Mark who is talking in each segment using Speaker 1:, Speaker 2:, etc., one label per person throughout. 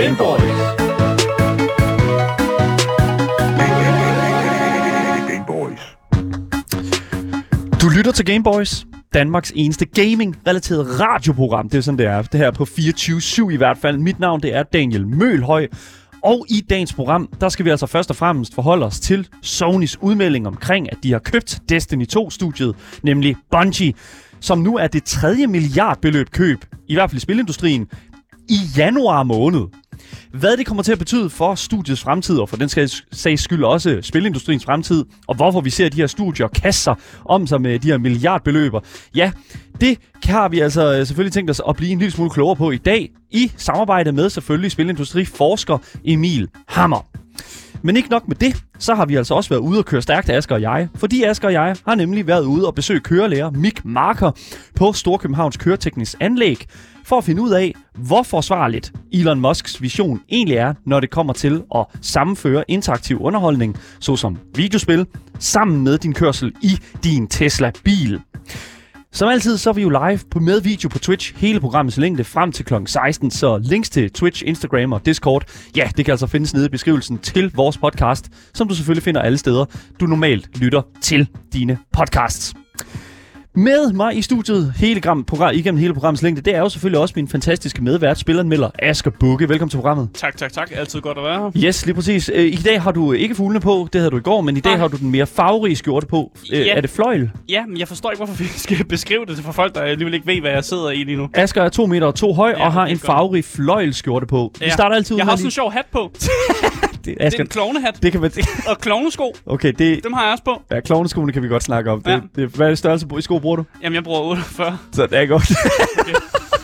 Speaker 1: Game Boys. Du lytter til Game Boys, Danmarks eneste gaming-relateret radioprogram. Det er sådan, det er. Det her på 24/7 i hvert fald. Mit navn, det er Daniel Mølhøj. Og i dagens program, der skal vi altså først og fremmest forholde os til Sonys udmelding omkring, at de har købt Destiny 2-studiet, nemlig Bungie, som nu er det 3. milliardbeløb køb, i hvert fald i spilindustrien, i januar måned. Hvad det kommer til at betyde for studiets fremtid, og for den sags skyld også spilindustriens fremtid, og hvorfor vi ser de her studier kaste sig om sig med de her milliardbeløber, ja, det har vi altså selvfølgelig tænkt os at blive en lille smule klogere på i dag, i samarbejde med selvfølgelig spilindustriforsker Emil Hammer. Men ikke nok med det, så har vi altså også været ude og køre stærkt, Asger og jeg. Fordi Asger og jeg har nemlig været ude og besøge kørelærer Mik Marker på Storkøbenhavns Køreteknisk Anlæg, for at finde ud af, hvor forsvarligt Elon Musks vision egentlig er, når det kommer til at sammenføre interaktiv underholdning, såsom videospil, sammen med din kørsel i din Tesla-bil. Som altid, så er vi jo live med video på Twitch, hele programmets længde frem til kl. 16, så links til Twitch, Instagram og Discord, ja, det kan altså findes nede i beskrivelsen til vores podcast, som du selvfølgelig finder alle steder, du normalt lytter til dine podcasts. Med mig i studiet igennem hele programmets længde, det er jo selvfølgelig også min fantastiske medvært, spilleranmelder Asger Bugge. Velkommen til programmet.
Speaker 2: Tak. Altid godt at være her.
Speaker 1: Yes, lige præcis. I dag har du ikke fuglene på, det havde du i går, men i dag har du den mere farverige skjorte på. Er det fløjl?
Speaker 2: Ja, men jeg forstår ikke, hvorfor vi skal beskrive det for folk, der alligevel ikke ved, hvad jeg sidder i lige nu.
Speaker 1: Asger er 2 meter og 2 høj og har en farverig fløjlskjorte på. Vi starter altid ud.
Speaker 2: Jeg har også en sjov hat på. Det er en klovnehat.
Speaker 1: Det kan man...
Speaker 2: Og klovnesko.
Speaker 1: Okay,
Speaker 2: dem har jeg også på.
Speaker 1: Ja, klovneskoene kan vi godt snakke om. Ja. Hvad er det størrelse i sko bruger du?
Speaker 2: Jamen, jeg bruger 48.
Speaker 1: Så det er godt. Okay.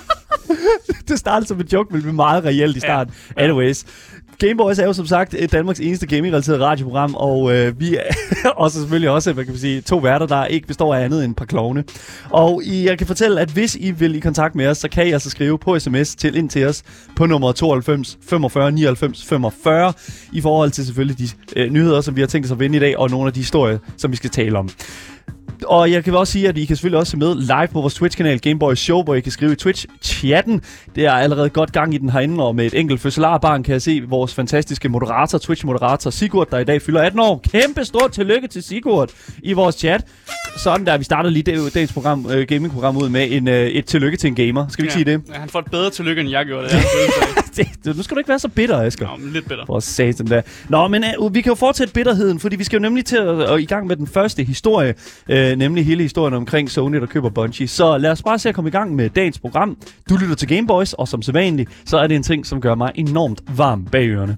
Speaker 1: Det startede som en joke, men det blev meget reelt i starten. Ja. Anyways. Game Boys er jo som sagt Danmarks eneste gaming-relateret radioprogram, og vi er også selvfølgelig også, hvad kan vi sige, 2 værter, der ikke består af andet end et par klovne. Og jeg kan fortælle, at hvis I vil i kontakt med os, så kan I altså skrive på sms ind til os på nummer 92 45 99 45 i forhold til selvfølgelig de nyheder, som vi har tænkt os at vende i dag, og nogle af de historier, som vi skal tale om. Og jeg kan også sige, at I kan selvfølgelig også se med live på vores Twitch-kanal Gameboys Show, hvor I kan skrive i Twitch-chatten. Det er allerede godt gang i den herinde, og med et enkelt fødselarbarn kan jeg se vores fantastiske moderator, Twitch-moderator Sigurd, der i dag fylder 18 år. Kæmpe stort tillykke til Sigurd i vores chat. Sådan der, vi starter lige dagens program, gaming-program ud med et tillykke til en gamer. Skal vi ikke sige det?
Speaker 2: Ja, han får et bedre tillykke, end jeg gjorde det.
Speaker 1: Nu skal du ikke være så bitter, Asger.
Speaker 2: Nå, men lidt bitter.
Speaker 1: For satan da. Nå, men vi kan jo fortsætte bitterheden, fordi vi skal jo nemlig til at i gang med den første historie, nemlig hele historien omkring Sony, der køber Bungie. Så lad os bare se at komme i gang med dagens program. Du lytter til Game Boys, og som sædvanligt, så er det en ting, som gør mig enormt varm bag ørerne.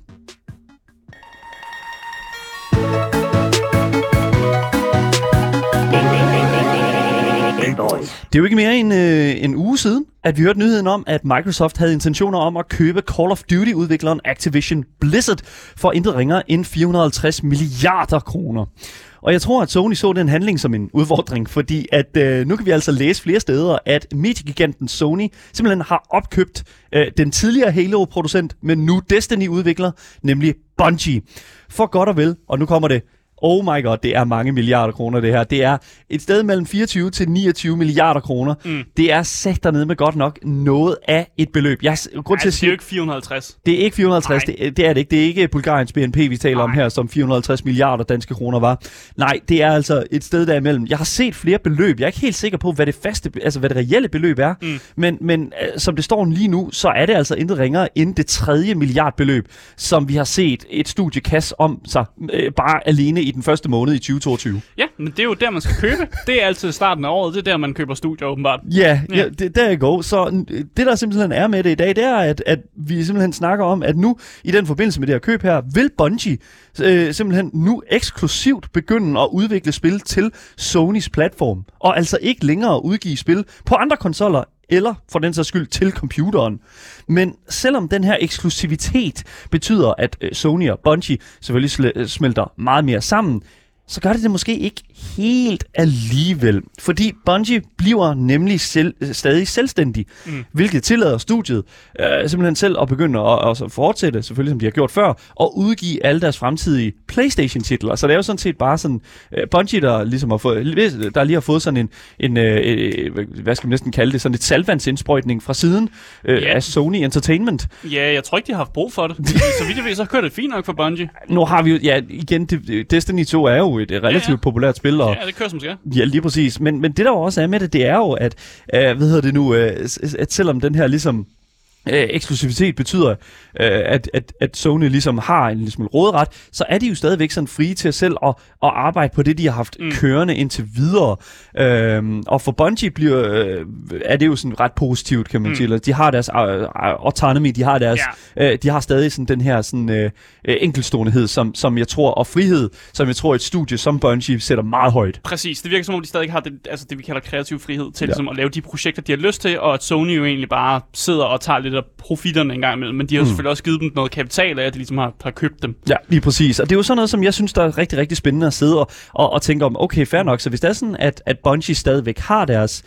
Speaker 1: Det er jo ikke mere end en uge siden, at vi hørte nyheden om, at Microsoft havde intentioner om at købe Call of Duty-udvikleren Activision Blizzard for intet ringere end 450 milliarder kroner. Og jeg tror, at Sony så den handling som en udfordring, fordi at nu kan vi altså læse flere steder, at mediegiganten Sony simpelthen har opkøbt den tidligere Halo-producent, men nu Destiny-udvikler, nemlig Bungie. For godt og vel, og nu kommer det. Oh my god, det er mange milliarder kroner det her. Det er et sted mellem 24 til 29 milliarder kroner. Det er sat dernede med godt nok noget af et beløb.
Speaker 2: Det er jo ikke 450.
Speaker 1: Det er ikke 450, det er det ikke. Det er ikke Bulgariens BNP, vi taler om her, som 450 milliarder danske kroner var. Nej, det er altså et sted derimellem. Jeg har set flere beløb. Jeg er ikke helt sikker på, hvad det reelle beløb er. Men som det står lige nu, så er det altså intet ringere end det 3. milliardbeløb, som vi har set et studie kaste om sig bare alene i den første måned i 2022.
Speaker 2: Ja, men det er jo der, man skal købe. Det er altid starten af året. Det er der, man køber studier, åbenbart.
Speaker 1: Ja, der er go. Så det, der simpelthen er med det i dag, det er, at vi simpelthen snakker om, at nu, i den forbindelse med det her køb her, vil Bungie simpelthen nu eksklusivt begynde at udvikle spil til Sonys platform. Og altså ikke længere udgive spil på andre konsoller, eller for den sags skyld til computeren. Men selvom den her eksklusivitet betyder, at Sony og Bungie selvfølgelig smelter meget mere sammen, så gør det måske ikke helt alligevel. Fordi Bungie bliver nemlig stadig selvstændig, hvilket tillader studiet simpelthen selv at begynde at fortsætte, selvfølgelig som de har gjort før, og udgive alle deres fremtidige PlayStation-titler. Så det er jo sådan set bare sådan, Bungie, der ligesom har fået, der lige har fået sådan en hvad skal man næsten kalde det, sådan et saltvandsindsprøjtning fra siden af Sony Entertainment.
Speaker 2: Ja, jeg tror ikke, de har haft brug for det. Så vidt jeg ved, så kører det fint nok for Bungie.
Speaker 1: Nu har vi jo, igen, Destiny 2 er jo et relativt populært spil. Og,
Speaker 2: ja, det kører som skal.
Speaker 1: Ja, lige præcis. Men det der jo også er med det, det er jo, at, at selvom den her ligesom eksklusivitet betyder, at Sony ligesom har en råderet, så er de jo stadigvæk sådan frie til selv at arbejde på det, de har haft kørende indtil videre. Og for Bungie er det jo sådan ret positivt, kan man sige. De har deres autonomy, de har stadig sådan den her sådan enkeltståenhed, som jeg tror, og frihed, som jeg tror et studie som Bungie sætter meget højt.
Speaker 2: Præcis. Det virker som om, de stadig har det vi kalder kreativ frihed til ligesom at lave de projekter, de har lyst til, og at Sony jo egentlig bare sidder og tager lidt af profitterne en gang imellem, men de har selvfølgelig også givet dem noget kapital af, at de ligesom har købt dem. Ja,
Speaker 1: lige præcis. Og det er jo sådan noget, som jeg synes, der er rigtig, rigtig spændende at sidde og tænke om, okay, fair nok, så hvis det er sådan, at Bungie stadigvæk har deres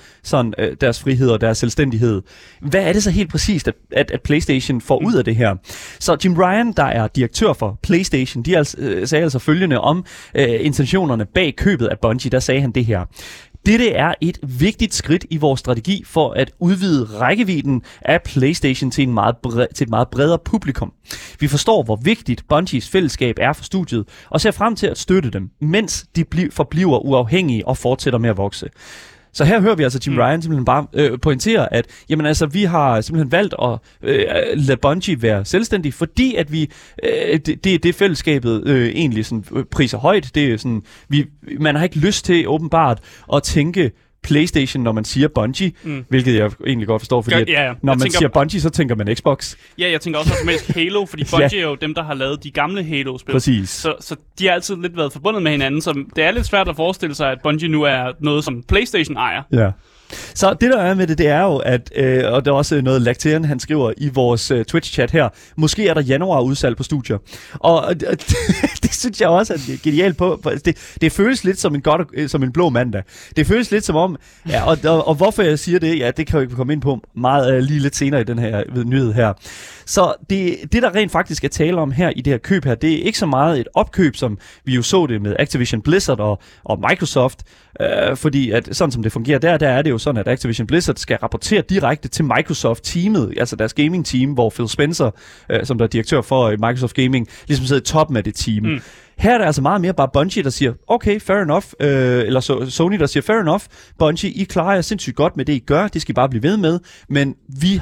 Speaker 1: frihed og deres selvstændighed, hvad er det så helt præcist, at PlayStation får ud af det her? Så Jim Ryan, der er direktør for PlayStation, sagde altså følgende om intentionerne bag købet af Bungie, der sagde han det her. Dette er et vigtigt skridt i vores strategi for at udvide rækkevidden af PlayStation til et meget bredere publikum. Vi forstår, hvor vigtigt Bungies fællesskab er for studiet, og ser frem til at støtte dem, mens de forbliver uafhængige og fortsætter med at vokse. Så her hører vi altså Jim Ryan simpelthen bare pointere, at jamen, altså, vi har simpelthen valgt at lade Bungie være selvstændig, fordi at vi det fællesskabet egentlig sådan, priser højt. Det er sådan, man har ikke lyst til åbenbart at tænke PlayStation, når man siger Bungie, hvilket jeg egentlig godt forstår, fordi når man siger Bungie, så tænker man Xbox.
Speaker 2: Ja, jeg tænker også automatisk Halo, fordi Bungie er jo dem, der har lavet de gamle Halo-spil.
Speaker 1: Præcis.
Speaker 2: Så de har altid lidt været forbundet med hinanden, så det er lidt svært at forestille sig, at Bungie nu er noget, som PlayStation ejer.
Speaker 1: Ja. Så det der er med det er jo, at, og der er også noget Lacterian, han skriver i vores Twitch-chat her, måske er der januar-udsalg på studier. Og det synes jeg også er genialt på. Det føles lidt som en blå mandag. Det føles lidt som om, ja, og hvorfor jeg siger det, ja, det kan jeg komme ind på meget lige lidt senere i den her nyhed her. Så det der rent faktisk er tale om her i det her køb her, det er ikke så meget et opkøb, som vi jo så det med Activision Blizzard og Microsoft, fordi at sådan som det fungerer der er det jo sådan, at Activision Blizzard skal rapportere direkte til Microsoft-teamet, altså deres gaming-team, hvor Phil Spencer, som der er direktør for Microsoft Gaming, ligesom sidder i toppen af det team. Her er det altså meget mere bare Bungie, der siger, okay, fair enough, eller Sony, der siger, fair enough, Bungie, I klarer jer sindssygt godt med det, I gør, det skal I bare blive ved med, men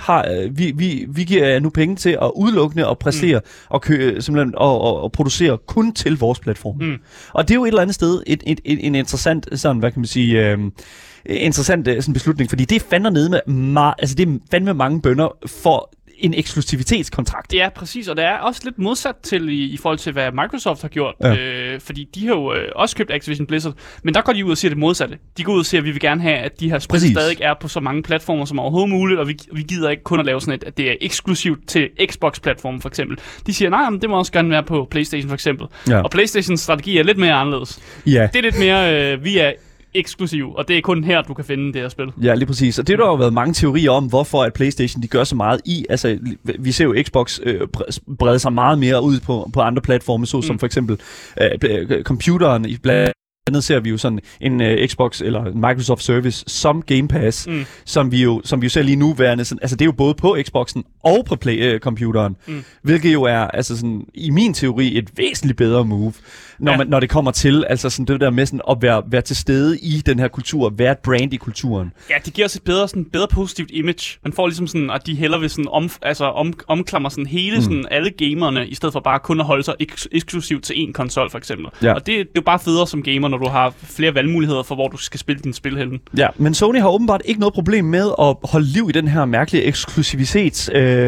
Speaker 1: vi giver jer nu penge til at udelukkende og præstere simpelthen og producere kun til vores platform. Og det er jo et eller andet sted en interessant, sådan, hvad kan man sige, interessant sådan beslutning, fordi det er fandme nede med altså det er fandme mange bønder for en eksklusivitetskontrakt.
Speaker 2: Ja, præcis, og det er også lidt modsat til i forhold til, hvad Microsoft har gjort, fordi de har jo også købt Activision Blizzard, men der går de ud og siger det modsatte. De går ud og siger, at vi vil gerne have, at de her spil stadig er på så mange platformer som overhovedet muligt, og vi gider ikke kun at lave sådan et, at det er eksklusivt til Xbox-platformen for eksempel. De siger, nej, men det må også gerne være på PlayStation for eksempel. Ja. Og PlayStations strategi er lidt mere anderledes. Ja. Det er lidt mere, vi er eksklusiv, og det er kun her, du kan finde det her spil.
Speaker 1: Ja, lige præcis. Og det har der jo været mange teorier om, hvorfor at PlayStation de gør så meget i. Altså, vi ser jo Xbox brede sig meget mere ud på andre platforme, som for eksempel computeren i blandt andet ser vi jo sådan en Xbox eller en Microsoft Service som Game Pass, som vi jo ser lige nu værende sådan, altså det er jo både på Xboxen og på computeren, hvilket jo er altså sådan i min teori et væsentligt bedre move, når det kommer til altså sådan det der med sådan at være til stede i den her kultur, være et brand i kulturen.
Speaker 2: Ja, det giver os et bedre positivt image. Man får ligesom sådan at de hellere vil sådan omklammer sådan hele sådan alle gamerne i stedet for bare kun at holde sig eksklusivt til en konsol for eksempel. Ja. Og det er jo bare federe som gamer, når du har flere valgmuligheder for hvor du skal spille din spil henne. Ja,
Speaker 1: men Sony har åbenbart ikke noget problem med at holde liv i den her mærkelige eksklusivitets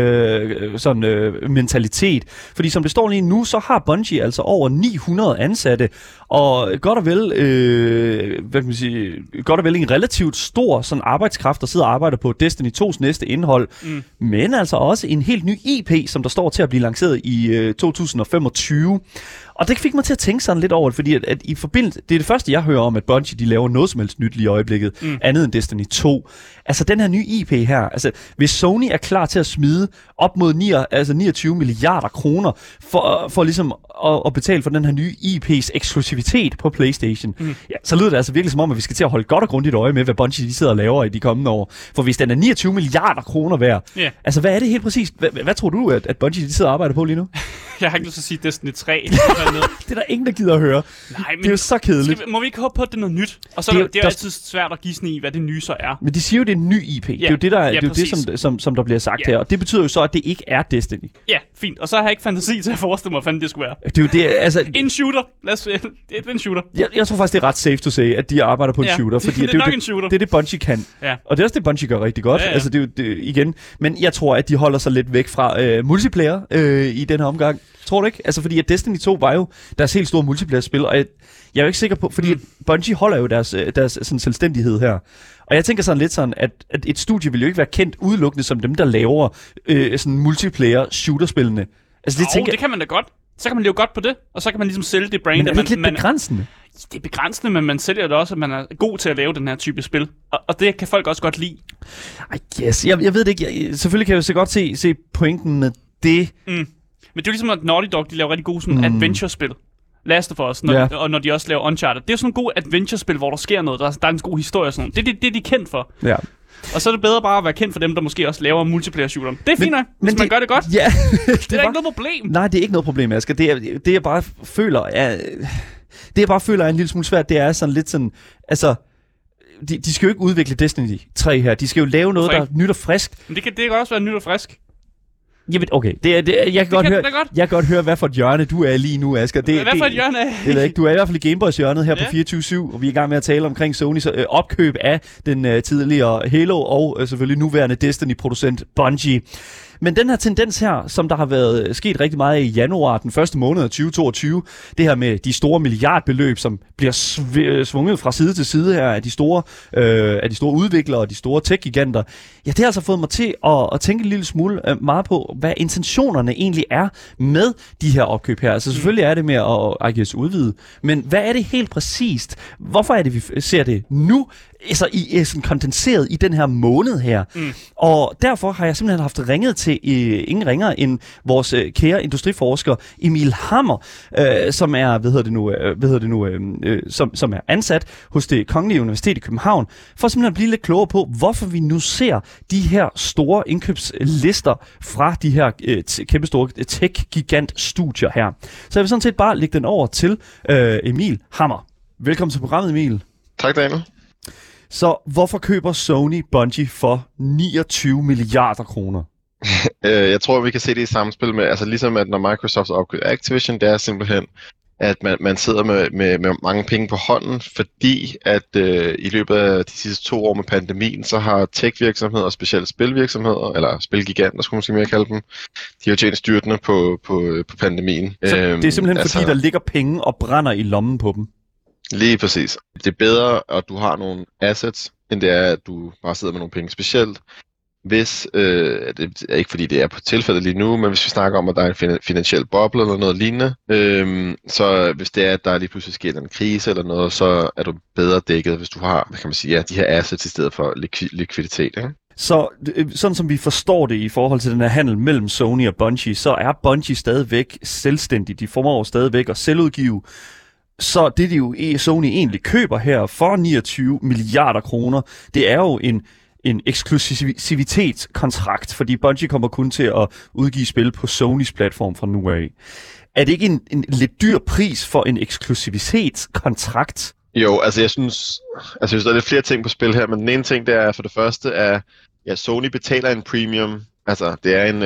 Speaker 1: mentalitet, fordi som det står lige nu, så har Bungie altså over 900 ansatte, og godt og vel en relativt stor sådan arbejdskraft, der sidder og arbejder på Destiny 2's næste indhold, men altså også en helt ny IP, som der står til at blive lanceret i 2025. Og det fik mig til at tænke sådan lidt over det, fordi at i forbindelse, det er det første, jeg hører om, at Bungie, de laver noget som helst nyt lige i øjeblikket, andet end Destiny 2. Altså den her nye IP her, altså hvis Sony er klar til at smide op mod 29 milliarder kroner for ligesom at betale for den her nye IP's eksklusivitet på PlayStation, ja, så lyder det altså virkelig som om, at vi skal til at holde godt og grundigt øje med, hvad Bungie de sidder og laver i de kommende år. For hvis den er 29 milliarder kroner værd, altså hvad er det helt præcis? Hvad tror du, at Bungie de sidder og arbejder på lige nu?
Speaker 2: Jeg har ikke lyst til at sige Destiny 3.
Speaker 1: Det er der ingen, der gider at høre.
Speaker 2: Nej, men
Speaker 1: det er jo så kedeligt.
Speaker 2: Må vi ikke håbe på, at det er noget nyt? Og så det er jo altid svært at gisne i, hvad det nye så er.
Speaker 1: Men de siger jo, det er en ny IP. Det er jo det, det er jo det, som der bliver sagt her. Og det betyder jo så, at det ikke er Destiny.
Speaker 2: Ja, fint. Og så har jeg ikke fantasi til at forestille mig, hvad fanden det skulle være.
Speaker 1: Det er jo det, altså...
Speaker 2: En shooter. Det er en shooter.
Speaker 1: Jeg tror faktisk, det er ret safe to say, at de arbejder på en shooter. Fordi
Speaker 2: det er nok en shooter.
Speaker 1: Det er det, Bungie kan.
Speaker 2: Ja.
Speaker 1: Og det er også det, Bungie gør rigtig godt.
Speaker 2: Ja.
Speaker 1: Altså, det er jo det, igen. Men jeg tror, at de holder sig lidt væk fra multiplayer i den her omgang. Tror du ikke? Altså, fordi at Destiny 2 var jo deres helt store multiplayer-spil, og jeg er jo ikke sikker på, fordi Bungie holder jo deres sådan selvstændighed her. Og jeg tænker sådan lidt sådan, at et studie vil jo ikke være kendt udelukkende som dem, der laver sådan multiplayer-shooterspillene. Altså,
Speaker 2: det kan man da godt. Så kan man leve godt på det, og så kan man ligesom sælge det brand.
Speaker 1: Men er det ikke lidt begrænsende?
Speaker 2: Det er begrænsende, men man sælger det også, at man er god til at lave den her type spil. Og det kan folk også godt lide.
Speaker 1: Yes, jeg ved det ikke. Selvfølgelig kan jeg jo så godt se pointen med det.
Speaker 2: Men det er jo ligesom, at Naughty Dog, de laver rigtig gode sådan adventure-spil. Last of Us, og når de også laver Uncharted. Det er jo sådan en god adventure-spil, hvor der sker noget. Der er en god historie og sådan noget. Det er de kendt for. Ja. Og så er det bedre bare at være kendt for dem, der måske også laver multiplayer-shooter. Det er fint nok, hvis man gør det godt.
Speaker 1: Ja,
Speaker 2: det er ikke noget problem.
Speaker 1: Nej, det er ikke noget problem, Asger. Det jeg bare føler er en lille smule svært, det er sådan lidt sådan... Altså, de skal jo ikke udvikle Destiny 3 her. De skal jo lave noget, der er nyt og friskt.
Speaker 2: Men det kan også være nyt og frisk.
Speaker 1: Jamen, okay. Jeg kan godt høre, hvad for et hjørne du er lige nu, Asger.
Speaker 2: Hvad for et hjørne er
Speaker 1: det ved jeg ikke. Du er i hvert fald i Gameboys hjørnet her på 24/7, og vi er i gang med at tale omkring Sonys opkøb af den tidligere Halo og selvfølgelig nuværende Destiny-producent Bungie. Men den her tendens her, som der har været sket rigtig meget i januar, den første måned af 2022, det her med de store milliardbeløb, som bliver svunget fra side til side her af de store udviklere og de store tech-giganter, ja, det har altså fået mig til at tænke en lille smule meget på, hvad intentionerne egentlig er med de her opkøb her. Altså selvfølgelig er det med at udvide, men hvad er det helt præcist? Hvorfor er det, vi ser det nu? Så sådan kondenseret i den her måned her. Og derfor har jeg simpelthen haft ringet til ingen ringer end vores kære industriforsker Emil Hammer, som er som er ansat hos Det Kongelige Universitet i København, for simpelthen at blive lidt klogere på, hvorfor vi nu ser de her store indkøbslister fra de her kæmpestore tech-gigant-studier her. Så jeg vil sådan set bare lægge den over til Emil Hammer. Velkommen til programmet, Emil.
Speaker 3: Tak, Daniel.
Speaker 1: Så hvorfor køber Sony Bungie for 29 milliarder kroner?
Speaker 3: Jeg tror, vi kan se det i samspil med, altså ligesom at når Microsoft opkøber Activision, det er simpelthen, at man sidder med mange penge på hånden, fordi at i løbet af de sidste 2 år med pandemien, så har tech-virksomheder, specielt spilvirksomheder, eller spilgiganter, skulle man måske mere kalde dem, de har tjent styrtende på pandemien.
Speaker 1: Så det er simpelthen fordi, der ligger penge og brænder i lommen på dem?
Speaker 3: Lige præcis. Det er bedre, at du har nogle assets, end det er, at du bare sidder med nogle penge. Specielt hvis, det er ikke fordi det er på tilfældet lige nu, men hvis vi snakker om, at der er en finansiel boble eller noget lignende, så hvis det er, at der lige pludselig sker en krise eller noget, så er du bedre dækket, hvis du har, hvad kan man sige, de her assets i stedet for likviditet, ikke?
Speaker 1: Så sådan som vi forstår det i forhold til den her handel mellem Sony og Bungie, så er Bungie stadigvæk selvstændig. De formår stadigvæk at selvudgive. Så det de jo Sony egentlig køber her for 29 milliarder kroner, det er jo en eksklusivitetskontrakt, fordi Bungie kommer kun til at udgive spil på Sonys platform fra nu af. Er det ikke en lidt dyr pris for en eksklusivitetskontrakt? Jo,
Speaker 3: altså jeg synes, der er lidt flere ting på spil her, men den ene ting, det er for det første, at Sony betaler en premium. Altså,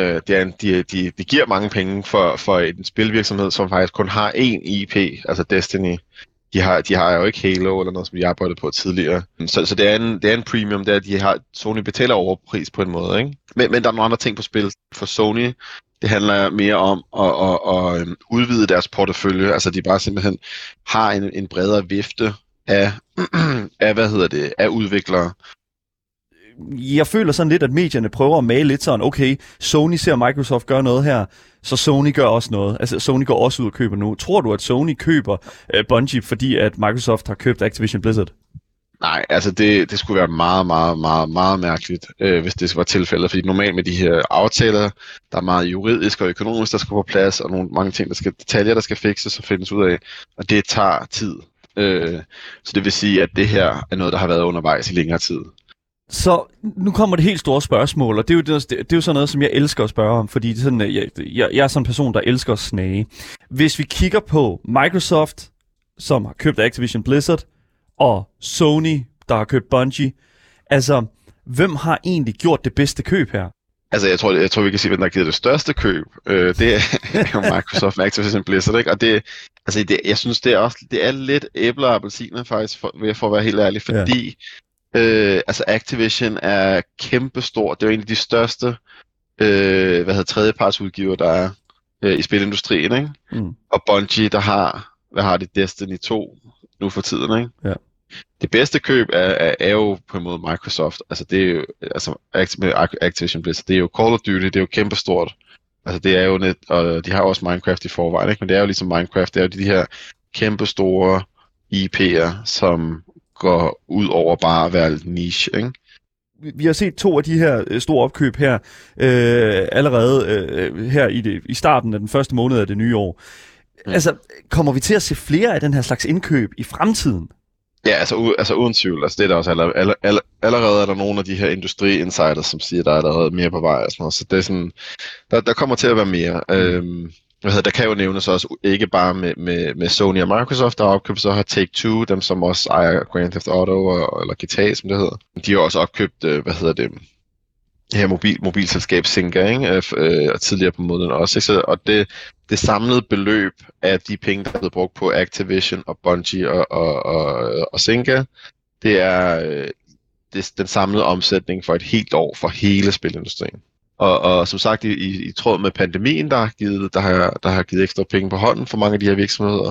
Speaker 3: de giver mange penge for en spilvirksomhed, som faktisk kun har én IP, altså Destiny. De har jo ikke Halo eller noget, som de arbejdede på tidligere. Så det er en premium, det er, Sony betaler overpris på en måde, ikke? Men der er nogle andre ting på spil. For Sony, det handler mere om at udvide deres portefølje. Altså, de bare simpelthen har en bredere vifte af udviklere.
Speaker 1: jeg føler sådan lidt, at medierne prøver at male lidt sådan, okay, Sony ser Microsoft gøre noget her, så Sony gør også noget. Altså, Sony går også ud og køber nu. Tror du, at Sony køber Bungie, fordi at Microsoft har købt Activision Blizzard?
Speaker 3: Nej, altså det skulle være meget, meget, meget, meget mærkeligt, hvis det var tilfældet. Fordi normalt med de her aftaler, der er meget juridisk og økonomisk, der skal på plads, og mange ting, detaljer, der skal fikses og findes ud af. Og det tager tid. Så det vil sige, at det her er noget, der har været undervejs i længere tid.
Speaker 1: Så nu kommer det helt store spørgsmål, og det er jo sådan noget, som jeg elsker at spørge om, fordi det er sådan, jeg er sådan en person, der elsker at snage. Hvis vi kigger på Microsoft, som har købt Activision Blizzard, og Sony, der har købt Bungie, altså, hvem har egentlig gjort det bedste køb her?
Speaker 3: Altså, jeg tror vi kan sige, hvem der har givet det største køb. Det er jo Microsoft med Activision Blizzard, ikke? Og jeg synes, det er lidt æbler og appelsiner, faktisk, for at være helt ærlig, fordi altså Activision er kæmpestor. Det er jo en af de største tredjepartsudgiver, der er i spilindustrien, ikke? Mm. Og Bungie, der har det Destiny 2 nu for tiden, ikke? Ja. Det bedste køb er jo på en måde Microsoft. Altså det er jo Activision Blizzard. Det er jo Call of Duty, det er jo kæmpestort. Altså det er jo og de har også Minecraft i forvejen, ikke? Men det er jo ligesom Minecraft, det er jo de her kæmpestore IP'er, som går ud over bare at være niche, ikke?
Speaker 1: Vi har set 2 af de her store opkøb her allerede her i starten af den første måned af det nye år. Altså, kommer vi til at se flere af den her slags indkøb i fremtiden?
Speaker 3: Ja, altså uden tvivl. Altså, det er der også allerede er der nogle af de her industri-insiders, som siger, at der er allerede mere på vej. Og sådan noget. Så det er sådan, der kommer til at være mere. Der kan jo nævnes også, ikke bare med Sony og Microsoft, der har opkøbt, så har Take-Two, dem som også ejer Grand Theft Auto, eller GTA, som det hedder. De har også opkøbt, det her mobilselskab Zynga, ikke? Og tidligere på måneden også. Ikke? Og det samlede beløb af de penge, der er blevet brugt på Activision og Bungie og Zynga, det er den samlede omsætning for et helt år for hele spilindustrien. Og som sagt, i tråd med pandemien, der har givet ekstra penge på hånden for mange af de her virksomheder,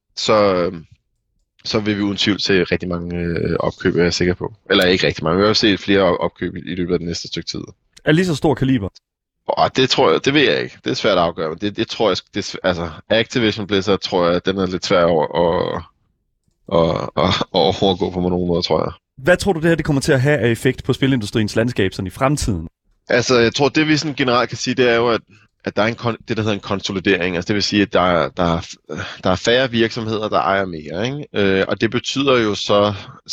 Speaker 3: så vil vi uden tvivl se rigtig mange opkøb, er jeg sikker på. Eller ikke rigtig mange, vi vil se flere opkøb i løbet af det næste stykke tid.
Speaker 1: Er lige så stor kaliber?
Speaker 3: Det tror jeg, det ved jeg ikke. Det er svært at afgøre, men det tror jeg, altså Activision Blizzard, tror jeg, den er lidt svær at overgå på nogen måde, tror jeg.
Speaker 1: Hvad tror du, det her det kommer til at have af effekt på spilindustriens landskab sådan i fremtiden?
Speaker 3: Altså, jeg tror, det vi sådan generelt kan sige, det er jo, at der er det, der hedder en konsolidering. Altså, det vil sige, at der er færre virksomheder, der ejer mere, ikke? Og det betyder jo så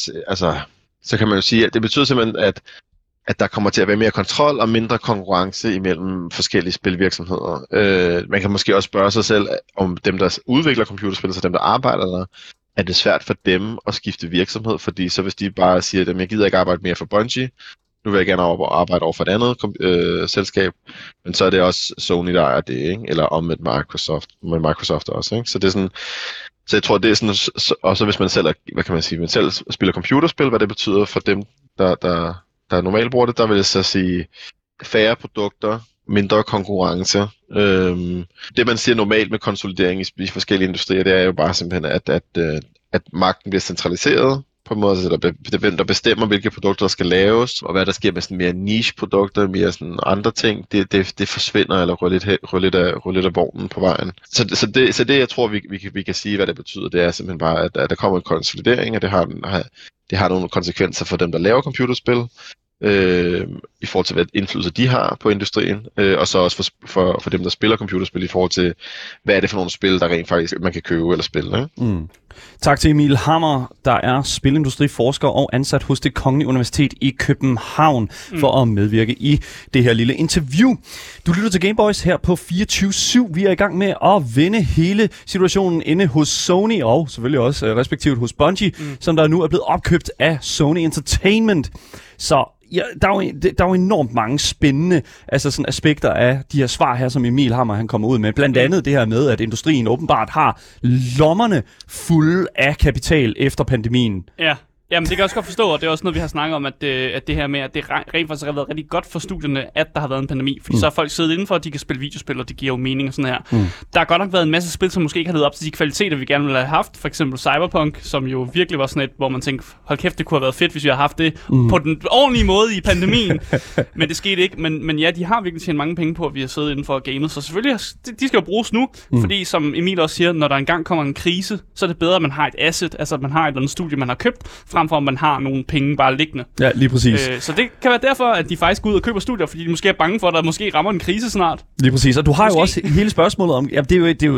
Speaker 3: kan man jo sige, at det betyder simpelthen, at der kommer til at være mere kontrol og mindre konkurrence imellem forskellige spilvirksomheder. Man kan måske også spørge sig selv, om dem, der udvikler computerspil, så dem, der arbejder der, er det svært for dem at skifte virksomhed, fordi så hvis de bare siger, at jeg gider ikke arbejde mere for Bungie, nu vil jeg gerne arbejde over for et andet selskab, men så er det også Sony, der er det, ikke? Eller om med Microsoft også, ikke? Så det er sådan, så jeg tror, det er sådan, og så hvis man selv, man selv spiller computerspil, hvad det betyder for dem, der normalt bruger det, der vil jeg så sige færre produkter, mindre konkurrence. Det man siger normalt med konsolidering i forskellige industrier, det er jo bare simpelthen, at magten bliver centraliseret på en måde, der bestemmer, hvilke produkter der skal laves, og hvad der sker med sådan mere niche-produkter, mere sådan andre ting, det forsvinder eller rører lidt af vognen på vejen. Så det jeg tror, vi kan sige, hvad det betyder, det er simpelthen bare, at der kommer en konsolidering, og det har nogle konsekvenser for dem, der laver computerspil, i forhold til, hvad indflydelse de har på industrien, og så også for dem, der spiller computerspil, i forhold til, hvad er det for nogle spil, der rent faktisk man kan købe eller spille. Ikke? Mm.
Speaker 1: Tak til Emil Hammer, der er spilindustriforsker og ansat hos Det Kongelige Universitet i København, for at medvirke i det her lille interview. Du lytter til Gameboys her på 24/7. Vi er i gang med at vende hele situationen inde hos Sony, og selvfølgelig også respektivt hos Bungie, som der nu er blevet opkøbt af Sony Entertainment. Så ja, der er jo enormt mange spændende sådan aspekter af de her svar her, som Emil Hammer han kommer ud med. Blandt andet det her med, at industrien åbenbart har lommerne fulde af kapital efter pandemien.
Speaker 2: Ja. Jamen, det kan jeg også godt forstå, og det er også noget, vi har snakket om, at det her med, at det rent faktisk har været rigtig godt for studierne, at der har været en pandemi. Fordi så har folk siddet indenfor, og de kan spille videospil, og det giver jo mening og sådan her. Der har godt nok været en masse spil, som måske ikke har levet op til de kvaliteter, vi gerne ville have haft. For eksempel Cyberpunk, som jo virkelig var sådan et, hvor man tænkte, hold kæft, det kunne have været fedt, hvis vi havde haft det på den ordentlige måde i pandemien. Men det skete ikke. Men ja, de har virkelig tjent mange penge på, at vi har siddet indenfor og gamet. Så selvfølgelig, de skal jo bruges nu. Fordi som Emil også siger, når der engang kommer en krise, så er det bedre, at man har et asset, altså at man har et eller andet studie, man har købt, frem for at man har nogle penge bare liggende.
Speaker 1: Ja, lige præcis.
Speaker 2: Så det kan være derfor, at de faktisk går ud og køber studier, fordi de måske er bange for, at der måske rammer en krise snart.
Speaker 1: Lige præcis. Og du har jo også hele spørgsmålet om, der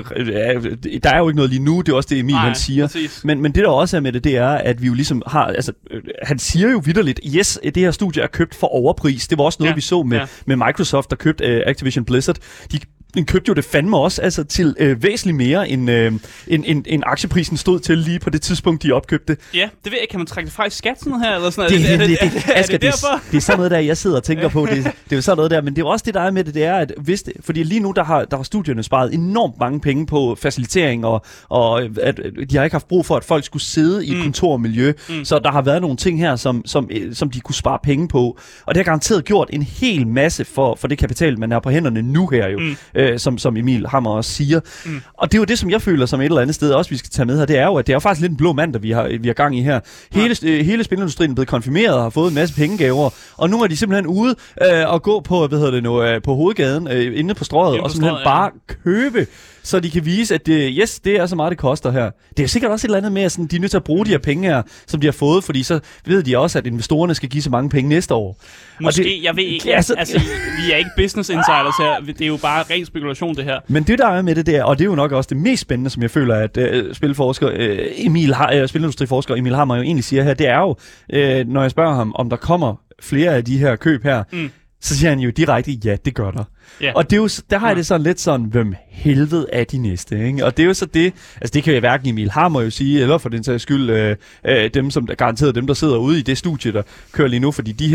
Speaker 1: er jo ikke noget lige nu, det er også det Emil han siger. Men det der også er med det er, at vi jo ligesom har, altså han siger jo vitterligt, yes, det her studie er købt for overpris. Det var også noget, vi så med Microsoft, der købte Activision Blizzard. Den købte jo det fandme også altså til væsentligt mere, end aktieprisen stod til lige på det tidspunkt, de opkøbte.
Speaker 2: Ja, det ved jeg ikke. Kan man trække det fra i skat sådan noget her? Eller sådan noget? Er det derfor?
Speaker 1: Det er sådan noget der, jeg sidder og tænker på. Det er jo sådan noget der, men det er også det, der er med det, det er, at fordi lige nu, der har studierne sparet enormt mange penge på facilitering, og at de har ikke haft brug for, at folk skulle sidde i kontormiljø. Så der har været nogle ting her, som de kunne spare penge på. Og det har garanteret gjort en hel masse for det kapital, man er på hænderne nu her jo. Som Emil Hammer også siger. Og det er jo det, som jeg føler som et eller andet sted også, vi skal tage med her, det er jo, at det er jo faktisk lidt en blå mand, vi har gang i her. Hele spilindustrien er blevet konfirmeret og har fået en masse pengegaver, og nu er de simpelthen ude og gå på, på hovedgaden, inde på strøget, og simpelthen bare købe, så de kan vise, at det er så meget, det koster her. Det er sikkert også et eller andet med, at sådan, de er nødt til at bruge de her penge her, som de har fået, fordi så ved de også, at investorerne skal give så mange penge næste år.
Speaker 2: Måske, jeg ved ikke. Altså, vi er ikke business insiders her. Det er jo bare ren spekulation, det her.
Speaker 1: Men det, der er med det der, og det er jo nok også det mest spændende, som jeg føler, at spilindustriforsker Emil Hammer jo egentlig siger her, det er jo, når jeg spørger ham, om der kommer flere af de her køb her, så siger han jo direkte, ja, det gør der. Yeah. Og det er jo, der har jeg det sådan lidt sådan, hvem helvede er de næste, ikke? Og det er jo så det, altså det kan jo hverken Emil Hammer jo sige, eller for den sags skyld, dem som garanteret dem, der sidder ude i det studie, der kører lige nu, fordi de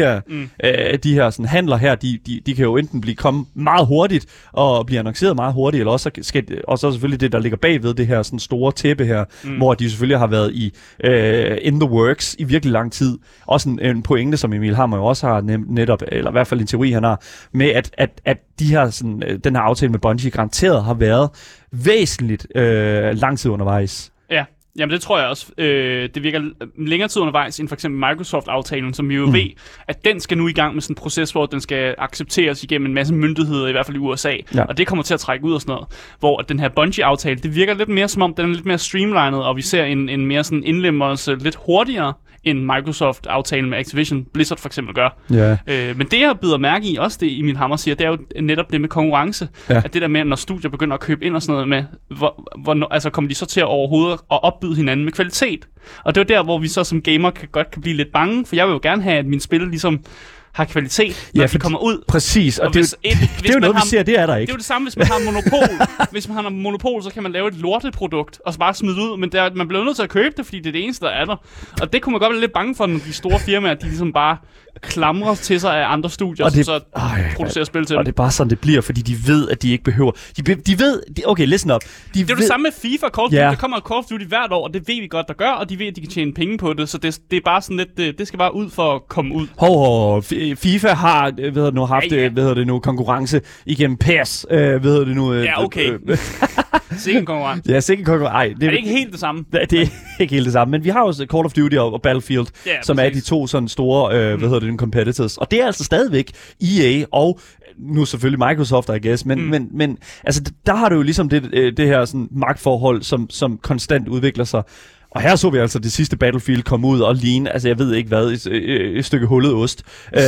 Speaker 1: her sådan handler her, de kan jo enten komme meget hurtigt, og blive annonceret meget hurtigt, eller også og så selvfølgelig det, der ligger bagved det her sådan store tæppe her, hvor de selvfølgelig har været i in the works i virkelig lang tid. Også en pointe, som Emil Hammer jo også har netop, eller i hvert fald en teori, han har, med at de her, sådan, den her aftale med Bungie garanteret har været væsentligt lang tid undervejs.
Speaker 2: Ja, jamen det tror jeg også. Det virker længere tid undervejs end for eksempel Microsoft-aftalen, som vi jo ved, at den skal nu i gang med sådan en proces, hvor den skal accepteres igennem en masse myndigheder, i hvert fald i USA. Ja. Og det kommer til at trække ud og sådan noget. Hvor den her Bungie-aftale, det virker lidt mere som om, den er lidt mere streamlinet, og vi ser en mere sådan indlemmelse lidt hurtigere, end Microsoft-aftalen med Activision Blizzard for eksempel gør. Yeah. Men det, jeg bider mærke i, også det Emil Hammer siger, det er jo netop det med konkurrence. Yeah. At det der med, når studier begynder at købe ind og sådan noget med, altså kommer de så til at overhovedet at opbyde hinanden med kvalitet. Og det er jo der, hvor vi så som gamer godt kan blive lidt bange, for jeg vil jo gerne have, at mine spil ligesom har kvalitet, når de kommer ud.
Speaker 1: Præcis, og det er jo noget, vi ser, det er der ikke.
Speaker 2: Det er jo det samme, hvis man har monopol. Hvis man har monopol, så kan man lave et lorteprodukt, og så bare smide det ud, men man bliver nødt til at købe det, fordi det er det eneste, der er der. Og det kunne man godt være lidt bange for, når de store firmaer, de ligesom bare klamrer til sig af andre studier, som så producerer spil til dem.
Speaker 1: Og det er bare sådan, det bliver, fordi de ved, at de ikke behøver. De ved, okay, listen up.
Speaker 2: Det er jo det samme med FIFA og Call of Duty. Der kommer Call of Duty hvert år, og det ved vi godt, der gør, og de ved, at de kan tjene penge på det, så det er bare sådan lidt, det skal bare ud for at komme ud.
Speaker 1: FIFA har haft konkurrence igennem PES.
Speaker 2: Ja, okay. Sikke konkurrence.
Speaker 1: Ja, sikke konkurrence.
Speaker 2: Det er ikke helt det samme.
Speaker 1: Det er ikke helt det samme, men vi har også Call of Duty og Battlefield, som præcis. Er de to sådan store, competitors. Og det er altså stadigvæk EA og nu selvfølgelig Microsoft, I guess, men altså der har du jo ligesom det her sådan magtforhold, som konstant udvikler sig. Og her så vi altså det sidste Battlefield komme ud og ligne, altså jeg ved ikke hvad, et stykke hullet ost,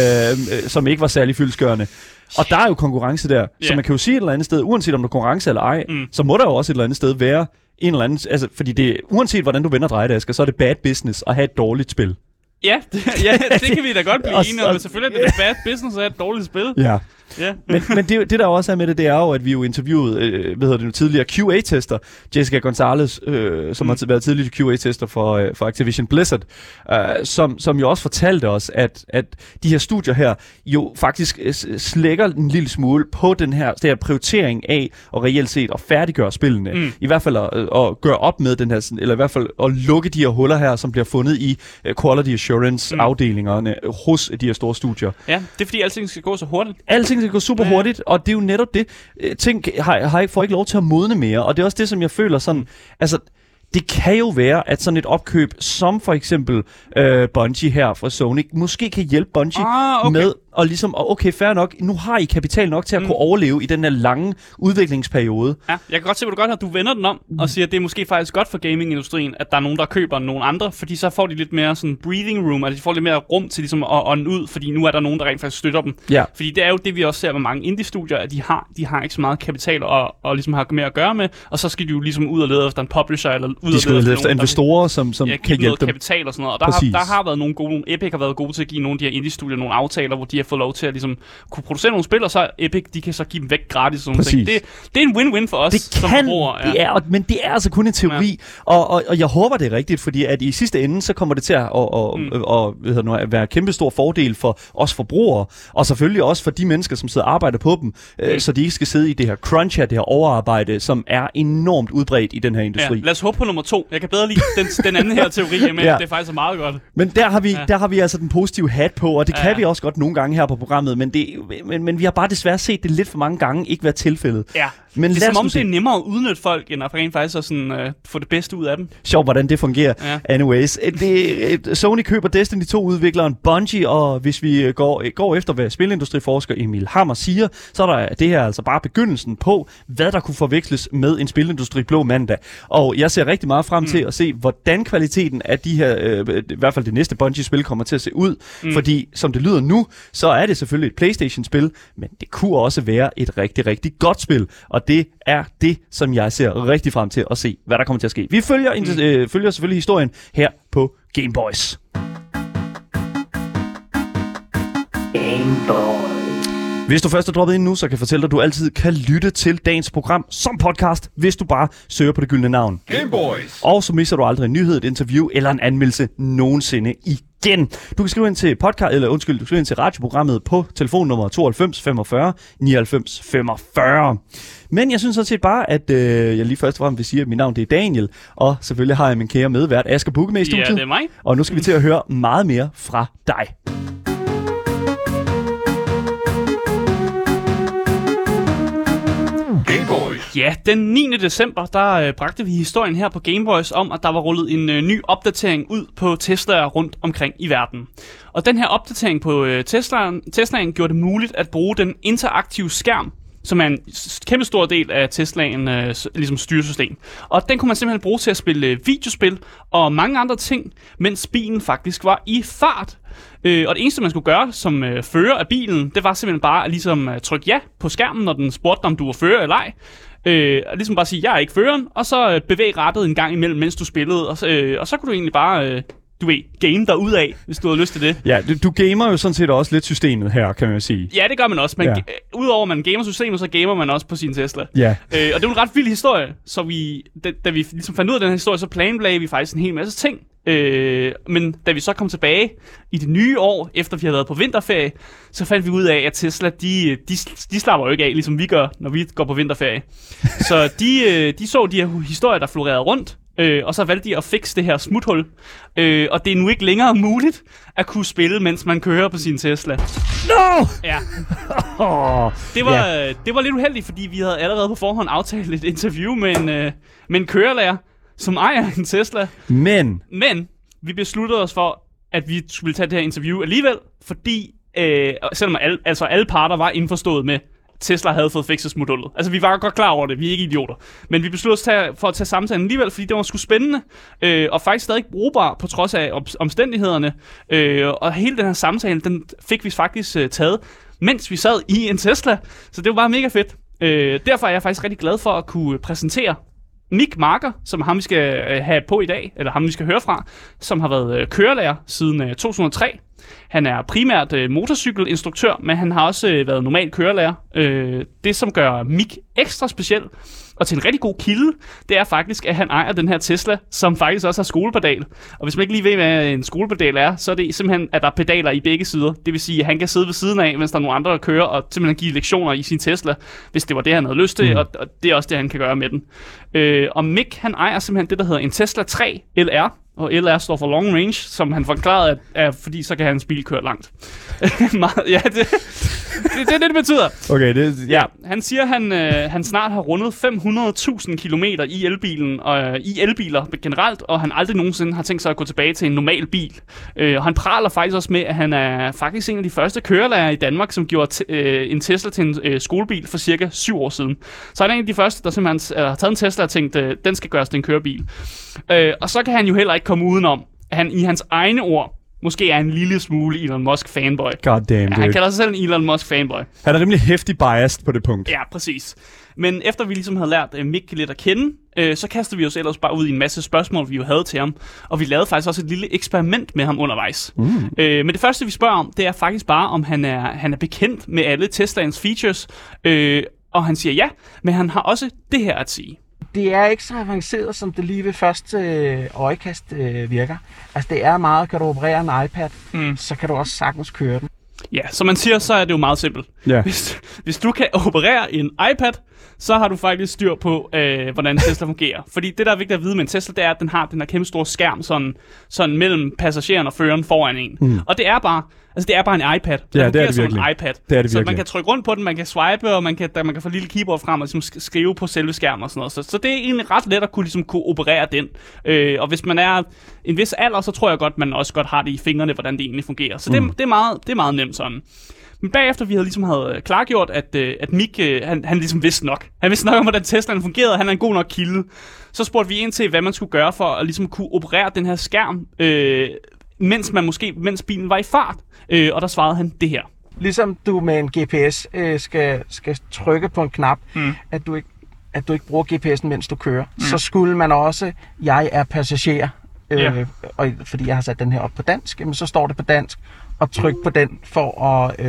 Speaker 1: som ikke var særlig fyldestgørende. Og der er jo konkurrence der, så man kan jo sige et eller andet sted, uanset om der er konkurrence eller ej, så må der jo også et eller andet sted være en eller anden, altså fordi det uanset hvordan du vender og drejer det, Asger, så er det bad business at have et dårligt spil.
Speaker 2: Ja, det kan vi da godt blive enige om, men selvfølgelig er det bad business at have et dårligt spil.
Speaker 1: Ja.
Speaker 2: Ja.
Speaker 1: Men det der også er med det er jo, at vi jo interviewede tidligere QA-tester, Jessica Gonzalez, som har været tidligere QA-tester for Activision Blizzard, som jo også fortalte os, at de her studier her jo faktisk slækker en lille smule på den her prioritering af at reelt set at færdiggøre spillene. I hvert fald at gøre op med den her, eller i hvert fald at lukke de her huller her, som bliver fundet i quality assurance afdelingerne hos de her store studier.
Speaker 2: Ja, det er fordi alting skal gå så hurtigt.
Speaker 1: Alting skal gå super hurtigt, og det er jo netop det. Ting får ikke lov til at modne mere, og det er også det, som jeg føler sådan, altså det kan jo være, at sådan et opkøb, som for eksempel Bungie her fra Sony, måske kan hjælpe Bungie med og ligesom, okay, fair nok, nu har I kapital nok til at kunne overleve i den her lange udviklingsperiode.
Speaker 2: Ja, jeg kan godt se, hvor du godt har, du vender den om og siger, at det er måske faktisk godt for gamingindustrien, at der er nogen, der køber nogle andre, fordi så får de lidt mere sådan breathing room, altså de får lidt mere rum til ligesom at ånde ud, fordi nu er der nogen, der rent faktisk støtter dem.
Speaker 1: Ja.
Speaker 2: Fordi det er jo det, vi også ser med mange indie-studier, at de har ikke så meget kapital og ligesom har mere at gøre med, og så skal de jo ligesom ud og lede efter en publisher, eller ud
Speaker 1: de skal lede efter investorer, som kan hjælpe dem.
Speaker 2: Kapital og sådan noget, og der har været nogle gode, Epic har været gode til at give nogle af de her indie-studier nogle aftaler, hvor de har fået lov til at ligesom kunne producere nogle spil, og så Epic, de kan så give dem væk gratis. Sådan ting. Det er en win-win for os som forbrugere. Ja.
Speaker 1: Men det er altså kun en teori, og jeg håber, det er rigtigt, fordi at i sidste ende, så kommer det til at være en kæmpe stor fordel for os forbrugere, og selvfølgelig også for de mennesker, som sidder og arbejder på dem, så de ikke skal sidde i det her crunch her, det her overarbejde, som er enormt udbredt i den her industri.
Speaker 2: Ja, lad os håbe på nummer 2. Jeg kan bedre lide den anden her teori, men det er faktisk meget godt.
Speaker 1: Men der har vi altså den positive hat på, og det kan vi også godt nogle gange her på programmet, men vi har bare desværre set det lidt for mange gange ikke være tilfældet.
Speaker 2: Ja,
Speaker 1: men
Speaker 2: det er som om det er nemmere at udnytte folk, end at rent faktisk at sådan, få det bedste ud af dem.
Speaker 1: Sjovt, hvordan det fungerer. Ja. Anyways, Sony køber Destiny 2-udvikleren Bungie, og hvis vi går efter, hvad spilindustriforsker Emil Hammer siger, så er det her altså bare begyndelsen på, hvad der kunne forveksles med en spilindustri blå mandag. Og jeg ser rigtig meget frem til at se, hvordan kvaliteten af de her, i hvert fald det næste Bungie-spil, kommer til at se ud. Fordi, som det lyder nu, så er det selvfølgelig et PlayStation-spil, men det kunne også være et rigtig, rigtig godt spil. Og det er det, som jeg ser rigtig frem til at se, hvad der kommer til at ske. Vi følger selvfølgelig historien her på Game Boys. Game Boys. Hvis du først er droppet ind nu, så kan jeg fortælle dig, at du altid kan lytte til dagens program som podcast, hvis du bare søger på det gyldne navn.
Speaker 4: Game Boys.
Speaker 1: Og så misser du aldrig en nyhed, et interview eller en anmeldelse nogensinde igen. Du kan skrive ind til du skrive ind til radioprogrammet på telefonnummer 92 45 99 45. Men jeg synes sådan set bare, at jeg lige først og fremmest vil sige, at mit navn det er Daniel, og selvfølgelig har jeg min kære medvært Asger Bukke med i studiet.
Speaker 2: Ja, det er mig.
Speaker 1: Og nu skal vi til at høre meget mere fra dig.
Speaker 2: Ja, den 9. december, der bragte vi historien her på Game Boys om, at der var rullet en ny opdatering ud på Teslaer rundt omkring i verden. Og den her opdatering på Teslaen gjorde det muligt at bruge den interaktive skærm, som er en kæmpe stor del af Teslaen ligesom styresystem. Og den kunne man simpelthen bruge til at spille videospil og mange andre ting, mens bilen faktisk var i fart. Og det eneste, man skulle gøre som fører af bilen, det var simpelthen bare at ligesom trykke ja på skærmen, når den spurgte, om du var fører eller ej. Ligesom bare sige, jeg er ikke føreren, og så bevæge rattet en gang imellem, mens du spillede. Og så kunne du egentlig bare... game derudad, hvis du har lyst til det.
Speaker 1: Ja, du gamer jo sådan set også lidt systemet her, kan man jo sige.
Speaker 2: Ja, det gør man også. Men udover at man gamer systemet, så gamer man også på sin Tesla.
Speaker 1: Ja.
Speaker 2: Og det er jo en ret vild historie. Så da vi ligesom fandt ud af den her historie, så planlagde vi faktisk en hel masse ting. Men da vi så kom tilbage i det nye år, efter vi havde været på vinterferie, så fandt vi ud af, at Tesla, de slapper jo ikke af, ligesom vi gør, når vi går på vinterferie. Så de så de her historier, der florerede rundt, og så valgte de at fikse det her smuthul. Og det er nu ikke længere muligt at kunne spille, mens man kører på sin Tesla.
Speaker 1: No!
Speaker 2: Ja. Det var lidt uheldigt, fordi vi havde allerede på forhånd aftalt et interview med en kørelærer, som ejer en Tesla. Men vi besluttede os for, at vi skulle tage det her interview alligevel, fordi selvom alle parter var indforstået med, Tesla havde fået fikset smutthullet. Altså, vi var godt klar over det. Vi er ikke idioter. Men vi besluttede os for at tage samtalen alligevel, fordi det var sgu spændende, og faktisk stadig brugbar på trods af omstændighederne. Og hele den her samtale, den fik vi faktisk taget, mens vi sad i en Tesla. Så det var bare mega fedt. Derfor er jeg faktisk rigtig glad for at kunne præsentere Mick Marker, som ham vi skal have på i dag, eller ham vi skal høre fra, som har været kørelærer siden 2003. Han er primært motorcykelinstruktør, men han har også været normal kørelærer. Det, som gør Mick ekstra speciel, og til en rigtig god kilde, det er faktisk, at han ejer den her Tesla, som faktisk også har skolepedal. Og hvis man ikke lige ved, hvad en skolepedal er, så er det simpelthen, at der er pedaler i begge sider. Det vil sige, at han kan sidde ved siden af, mens der er nogle andre, der kører, og simpelthen give lektioner i sin Tesla, hvis det var det, han havde lyst til, og det er også det, han kan gøre med den. Og Mick, han ejer simpelthen det, der hedder en Tesla 3 LR, og LR står for long range, som han forklarede, at fordi så kan hans bil køre langt. Ja, det det betyder.
Speaker 1: Okay,
Speaker 2: ja. Han siger, han snart har rundet 500.000 kilometer i elbilen, og i elbiler generelt, og han aldrig nogensinde har tænkt sig at gå tilbage til en normal bil. Og han praler faktisk også med, at han er faktisk en af de første kørelærer i Danmark, som gjorde en Tesla til en skolebil for cirka 7 år siden. Så han er en af de første, der simpelthen har taget en Tesla og tænkt, den skal gøres til en kørebil. Og så kan han jo heller ikke komme udenom, at han i hans egne ord måske er en lille smule Elon Musk fanboy.
Speaker 1: God damn, dude.
Speaker 2: Han kalder sig selv en Elon Musk fanboy.
Speaker 1: Han er rimelig heftig biased på det punkt.
Speaker 2: Ja, præcis. Men efter vi ligesom havde lært Mick lidt at kende, så kastede vi os ellers bare ud i en masse spørgsmål, vi jo havde til ham. Og vi lavede faktisk også et lille eksperiment med ham undervejs. Men det første, vi spørger om, det er faktisk bare, om han er bekendt med alle Teslaens features. Og han siger ja, men han har også det her at sige.
Speaker 4: Det er ikke så avanceret, som det lige ved første øjekast virker. Altså det er meget, kan du operere en iPad, så kan du også sagtens køre den.
Speaker 2: Ja, som man siger, så er det jo meget simpelt.
Speaker 1: Yeah.
Speaker 2: Hvis du kan operere en iPad, så har du faktisk styr på, hvordan Tesla fungerer. Fordi det, der er vigtigt at vide med en Tesla, det er, at den har den her kæmpe store skærm sådan mellem passageren og føreren foran en. Og det er bare en iPad.
Speaker 1: Ja, det er det
Speaker 2: som
Speaker 1: virkelig.
Speaker 2: en iPad.
Speaker 1: Det er det
Speaker 2: så
Speaker 1: virkelig.
Speaker 2: man kan trykke rundt på den, man kan swipe, og man kan få lille keyboard frem og ligesom skrive på selve skærmen og sådan noget. Så det er egentlig ret let at kunne operere den. Og hvis man er en vis alder, så tror jeg godt, man også godt har det i fingrene, hvordan det egentlig fungerer. Så det er meget nemt sådan. Men bagefter vi havde klargjort, at Mick, han ligesom vidste nok. Han vidste nok om, hvordan Teslaen fungerede, og han er en god nok kilde. Så spurgte vi ind til, hvad man skulle gøre for at ligesom kunne operere den her skærm, mens bilen var i fart. Og der svarede han det her.
Speaker 4: Ligesom du med en GPS skal trykke på en knap, at du ikke bruger GPS'en, mens du kører, så skulle man også, jeg er passager, og fordi jeg har sat den her op på dansk, men så står det på dansk, og tryk på den for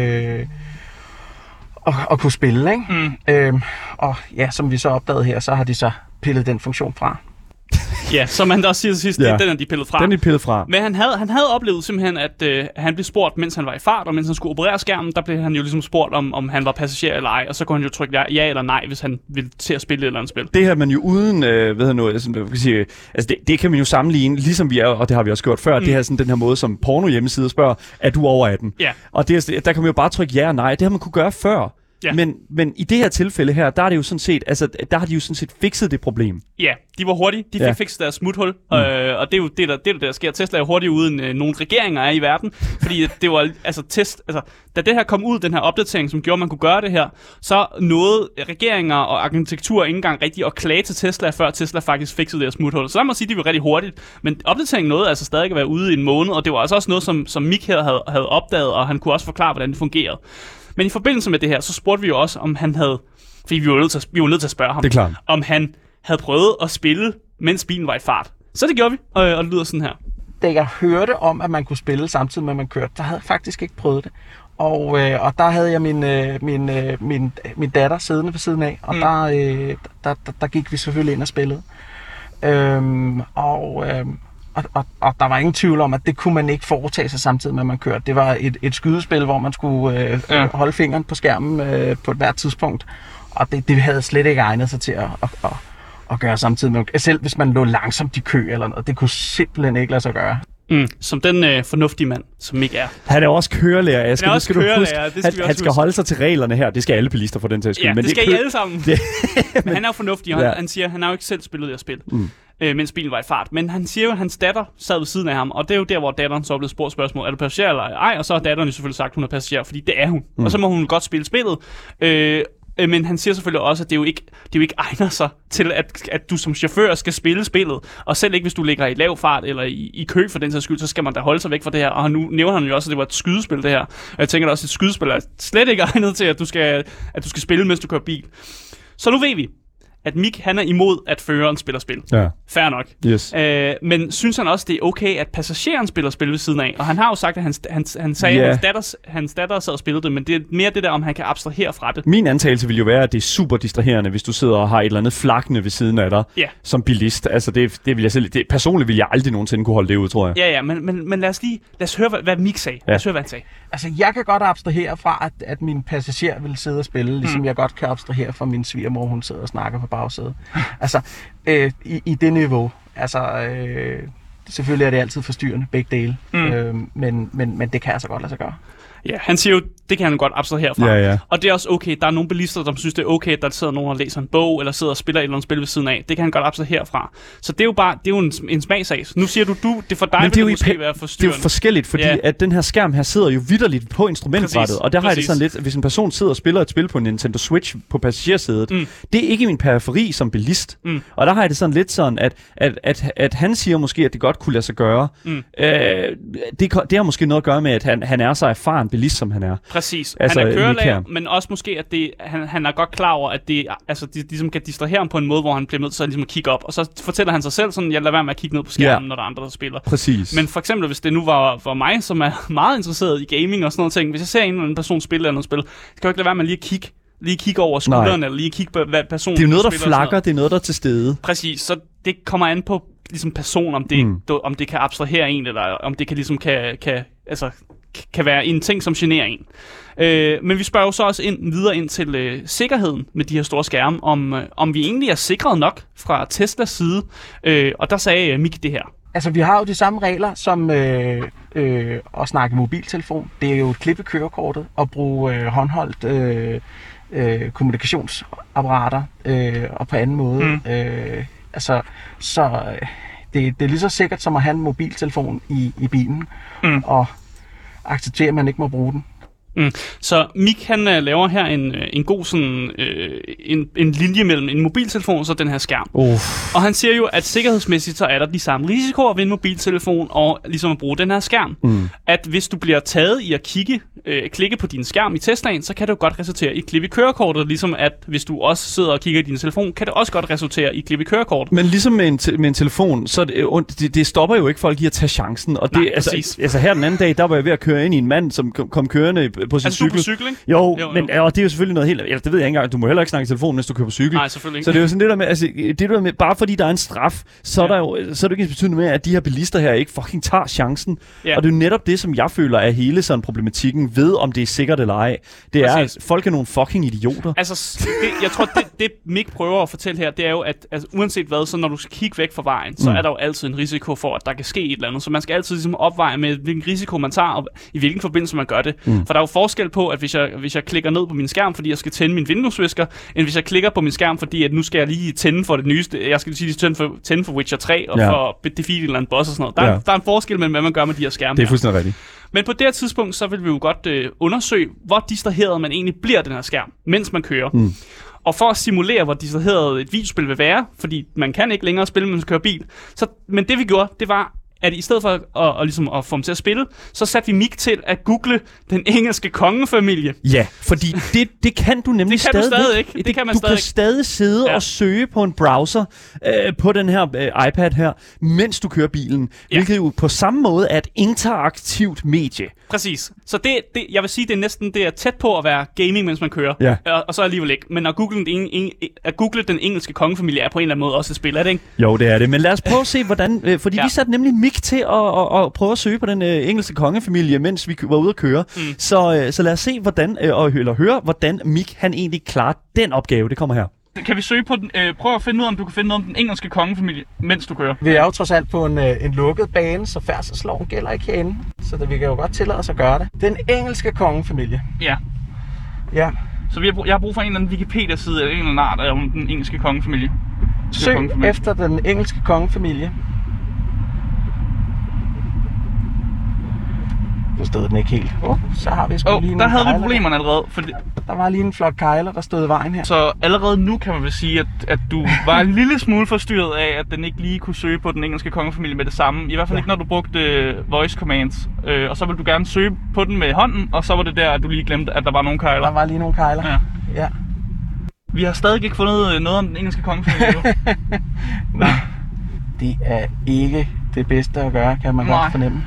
Speaker 4: at kunne spille, ikke? Og ja, som vi så opdagede her, så har de så pillet den funktion fra.
Speaker 2: Ja, som han også siger til sidst, den er de pillet fra.
Speaker 1: Den er pillet fra.
Speaker 2: Men han havde oplevet simpelthen, at han blev spurgt, mens han var i fart, og mens han skulle operere skærmen, der blev han jo ligesom spurgt, om han var passager eller ej, og så kunne han jo trykke ja eller nej, hvis han ville til at spille et eller andet spil.
Speaker 1: Det her man jo uden, det kan man jo sammenligne, ligesom vi er, og det har vi også gjort før, det her sådan den her måde, som porno hjemmeside spørger, er du over 18?
Speaker 2: Ja.
Speaker 1: Og der kan man jo bare trykke ja og nej, det har man kunne gøre før. Ja. Men i det her tilfælde her, der er det jo sådan set, der har de jo sådan set fikset det problem.
Speaker 2: Ja, de var hurtige. De fik fikset deres smuthul. Og det er jo det, der sker. Tesla er hurtigt uden nogle regeringer er i verden. Fordi det var, da det her kom ud, den her opdatering, som gjorde, at man kunne gøre det her, så nåede regeringer og arkitektur ikke engang rigtig at klage til Tesla, før Tesla faktisk fiksede deres smuthul. Så der må sige, de var rigtig hurtigt. Men opdateringen nåede altså stadig at være ude i en måned, og det var altså også noget, som Mick her havde opdaget, og han kunne også forklare, hvordan det fungerede. Men i forbindelse med det her, så spurgte vi jo også, om han havde... Fordi vi var nødt til at spørge ham.
Speaker 1: Det er klart.
Speaker 2: Om han havde prøvet at spille, mens bilen var i fart. Så det gjorde vi, og det lyder sådan her.
Speaker 4: Da jeg hørte om, at man kunne spille samtidig med, at man kørte, der havde jeg faktisk ikke prøvet det. Og der havde jeg min datter siddende ved siden af, og der gik vi selvfølgelig ind og spillede. Og der var ingen tvivl om, at det kunne man ikke foretage sig samtidig med, at man kørte. Det var et skydespil, hvor man skulle holde fingeren på skærmen på et hvert tidspunkt. Og det havde slet ikke egnet sig til at gøre samtidig med. Selv hvis man lå langsomt i kø eller noget. Det kunne simpelthen ikke lade sig gøre.
Speaker 2: Som den fornuftige mand, som ikke er.
Speaker 1: Han er også kørelærer. Han skal holde sig til reglerne her. Det skal alle bilister for den til at skyde.
Speaker 2: Ja,
Speaker 1: men
Speaker 2: det skal I alle sammen. Men han er jo fornuftig, og han siger, han har jo ikke selv spillet det her spil, mens bilen var i fart. Men han siger jo, at hans datter sad ved siden af ham, og det er jo der, hvor datteren så er blevet spurgt spørgsmål, er du passager eller ej? Og så har datteren jo selvfølgelig sagt, at hun er passager, fordi det er hun. Og så må hun godt spille spillet. Men han siger selvfølgelig også, at det jo ikke egner sig til, at du som chauffør skal spille spillet. Og selv ikke, hvis du ligger i lav fart eller i kø for den sags skyld, så skal man da holde sig væk fra det her. Og nu nævner han jo også, at det var et skydespil, det her. Og jeg tænker da også, at et skydespil er slet ikke egnet til, at du skal spille, mens du kører bil. Så nu ved vi, at Mick, han er imod, at føreren spiller spil.
Speaker 1: Ja.
Speaker 2: Fair nok.
Speaker 1: Yes.
Speaker 2: Men synes han også, det er okay, at passageren spiller spil ved siden af? Og han har jo sagt, at han sagde, at hans datter sad og spillede det, men det er mere det der, om han kan abstrahere fra det.
Speaker 1: Min antagelse vil jo være, at det er super distraherende, hvis du sidder og har et eller andet flakkende ved siden af dig som bilist. Altså det vil jeg selv... Personligt vil jeg aldrig nogensinde kunne holde det ud, tror jeg.
Speaker 2: Ja, men lad os høre, hvad Mick sagde. Lad os høre, hvad han sagde.
Speaker 4: Altså, jeg kan godt abstrahere fra, at min passager vil sidde og spille, ligesom jeg godt kan abstrahere fra min svigermor, hun sidder og snakker på bagsædet. Altså, i det niveau. Altså, selvfølgelig er det altid forstyrrende, begge dele. Men det kan altså godt lade sig gøre.
Speaker 2: Ja, han siger jo, det kan han godt abstrahere fra.
Speaker 1: Ja.
Speaker 2: Og det er også okay. Der er nogle bilister, der synes, det er okay, at der sidder nogen og læser en bog, eller sidder og spiller et eller andet spil ved siden af. Det kan han godt abstrahere fra. Så det er jo bare, det er jo en smagsag. Nu siger du, det for dig vil det måske være forstyrrende.
Speaker 1: Det er jo forskelligt, fordi at den her skærm her sidder jo vitterligt på instrumentbrættet. Og der har jeg det sådan lidt, hvis en person sidder og spiller et spil på en Nintendo Switch på passagersædet, det er ikke min periferi som bilist. Og der har jeg det sådan lidt sådan, at han siger måske, at det godt kunne lade sig gøre. Det har måske noget at gøre med, at han er så erfaren bilist, som han er.
Speaker 2: Præcis.
Speaker 1: Altså,
Speaker 2: han er kørelærer, men også måske, at han er godt klar over, at de ligesom kan distrahere ham på en måde, hvor han bliver nødt til at ligesom kigge op. Og så fortæller han sig selv sådan, jeg lader være med at kigge ned på skærmen, når der er andre, der spiller.
Speaker 1: Præcis.
Speaker 2: Men for eksempel, hvis det nu var mig, som er meget interesseret i gaming og sådan noget ting, hvis jeg ser en eller anden person spille eller noget spil, så kan jeg ikke lade være med lige kigge over skulderen, eller lige kigge på, hvad personen
Speaker 1: spiller. Det er noget, der
Speaker 2: spiller,
Speaker 1: flakker, det er noget, der er til stede.
Speaker 2: Præcis, så det kommer an på ligesom person, om det kan abstrahere en, eller om det kan ligesom kan være en ting, som generer en. Men vi spørger jo så også videre ind til sikkerheden med de her store skærme, om vi egentlig er sikret nok fra Teslas side. Og der sagde Mick det her.
Speaker 4: Altså, vi har jo de samme regler som at snakke mobiltelefon. Det er jo et klip i kørekortet at bruge håndholdt kommunikationsapparater og på anden måde. Det er lige så sikkert som at have en mobiltelefon i bilen og acceptere, at man ikke må bruge den.
Speaker 2: Så Mick, han laver her en god sådan en linje mellem en mobiltelefon og så den her skærm. Og han siger jo, at sikkerhedsmæssigt så er der de samme risikoer ved en mobiltelefon og ligesom at bruge den her skærm. At hvis du bliver taget i at klikke på din skærm i Teslaen, så kan det jo godt resultere i et klip i kørekortet, ligesom at hvis du også sidder og kigger i din telefon, kan det også godt resultere i et klip i kørekortet.
Speaker 1: Men ligesom med en telefon, så det stopper jo ikke folk i at tage chancen. Og det, altså her den anden dag, der var jeg ved at køre ind i en mand, som kom kørende på sin cykel.
Speaker 2: Du på cykel, ikke?
Speaker 1: Jo. Men og det er jo selvfølgelig noget helt... det ved jeg ikke engang. Du må heller ikke snakke i telefon, mens du kører på cykel.
Speaker 2: Nej, selvfølgelig ikke.
Speaker 1: Så det er jo sådan det der med... Altså, det der med bare fordi der er en straf, så er det ikke betydende med, at de her bilister her ikke fucking tager chancen. Ja. Og det er jo netop det, som jeg føler er hele sådan problematikken ved, om det er sikkert eller ej. Det er, at folk er nogle fucking idioter.
Speaker 2: Altså, jeg tror, det Mick prøver at fortælle her, det er jo, at altså, uanset hvad, så når du skal kigge væk fra vejen, så er der jo altid en risiko for, at der kan ske et eller andet. Så man skal altid ligesom opveje med, hvilken risiko man tager, og i hvilken forbindelse man gør det. For der er jo forskel på, at hvis jeg klikker ned på min skærm, fordi jeg skal tænde min vinduesvisker, end hvis jeg klikker på min skærm, fordi at nu skal jeg lige tænde for det nyeste. Jeg skal lige tænde for Witcher 3 og for defeat et eller andet boss og sådan noget. Der er en forskel mellem, hvad man gør med de her skærme.
Speaker 1: Det er fuldstændig rigtigt.
Speaker 2: Men på det her tidspunkt, så vil vi jo godt undersøge, hvor distraheret man egentlig bliver den her skærm, mens man kører. Og for at simulere, hvor distraheret et videospil vil være, fordi man kan ikke længere spille, mens man kører bil. Men det vi gjorde, det var, at i stedet for at få dem til at spille, så satte vi Mick til at google den engelske kongefamilie.
Speaker 1: Ja, fordi det kan du nemlig stadig
Speaker 2: ikke. Det kan man
Speaker 1: du
Speaker 2: stadig
Speaker 1: kan stadig sidde og søge på en browser på den her iPad her, mens du kører bilen, hvilket jo på samme måde er et interaktivt medie.
Speaker 2: Præcis. Så det jeg vil sige, det er tæt på at være gaming, mens man kører. Og så alligevel ikke. Men at google den engelske kongefamilie er på en eller anden måde også et spil, er det ikke?
Speaker 1: Jo, det er det. Men lad os prøve at se, hvordan... Fordi vi satte nemlig Mick til at prøve at søge på den engelske kongefamilie, mens vi var ude at køre. Så lad os se, høre, hvordan Mick han egentlig klarer den opgave. Det kommer her.
Speaker 2: Kan vi søge på den? Prøv at finde ud af, om du kan finde noget om den engelske kongefamilie, mens du kører.
Speaker 4: Vi er jo trods alt på en lukket bane, så færdselsloven gælder ikke herinde. Så vi kan jo godt tillade os at gøre det. Den engelske kongefamilie. Ja.
Speaker 2: Så jeg har brug for en eller anden Wikipedia-side eller en eller anden art om den engelske kongefamilie.
Speaker 4: Søg efter den engelske kongefamilie. Nu stod den ikke helt. Så har vi sgu lige
Speaker 2: der havde vi problemerne allerede. Fordi...
Speaker 4: Der var lige en flok kejler, der stod i vejen her.
Speaker 2: Så allerede nu kan man vel sige, at du var en lille smule forstyrret af, at den ikke lige kunne søge på den engelske kongefamilie med det samme. I hvert fald ikke, når du brugte voice commands. Og så ville du gerne søge på den med hånden, og så var det der, at du lige glemte, at der var nogle kejler.
Speaker 4: Der var lige nogle kejler.
Speaker 2: Ja. Vi har stadig ikke fundet noget om den engelske kongefamilie endnu.
Speaker 4: Nej, det er ikke det bedste at gøre, kan man godt fornemme.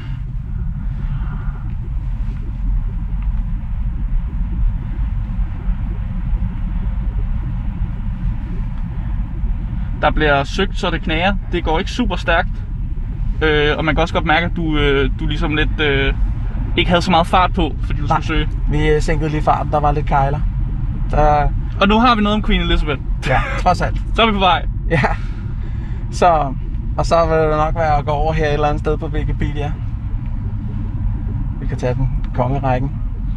Speaker 2: Der bliver søgt, så det knager. Det går ikke super stærkt. Og man kan også godt mærke, at du ligesom lidt ikke havde så meget fart på, fordi du skulle søge.
Speaker 4: Vi sænkede lige farten. Der var lidt kejler.
Speaker 2: Og nu har vi noget om Queen Elizabeth.
Speaker 4: Ja, trods alt.
Speaker 2: Så er vi på vej.
Speaker 4: Ja. Så vil det nok være at gå over her et eller andet sted på Wikipedia. Vi kan tage den kongerækken.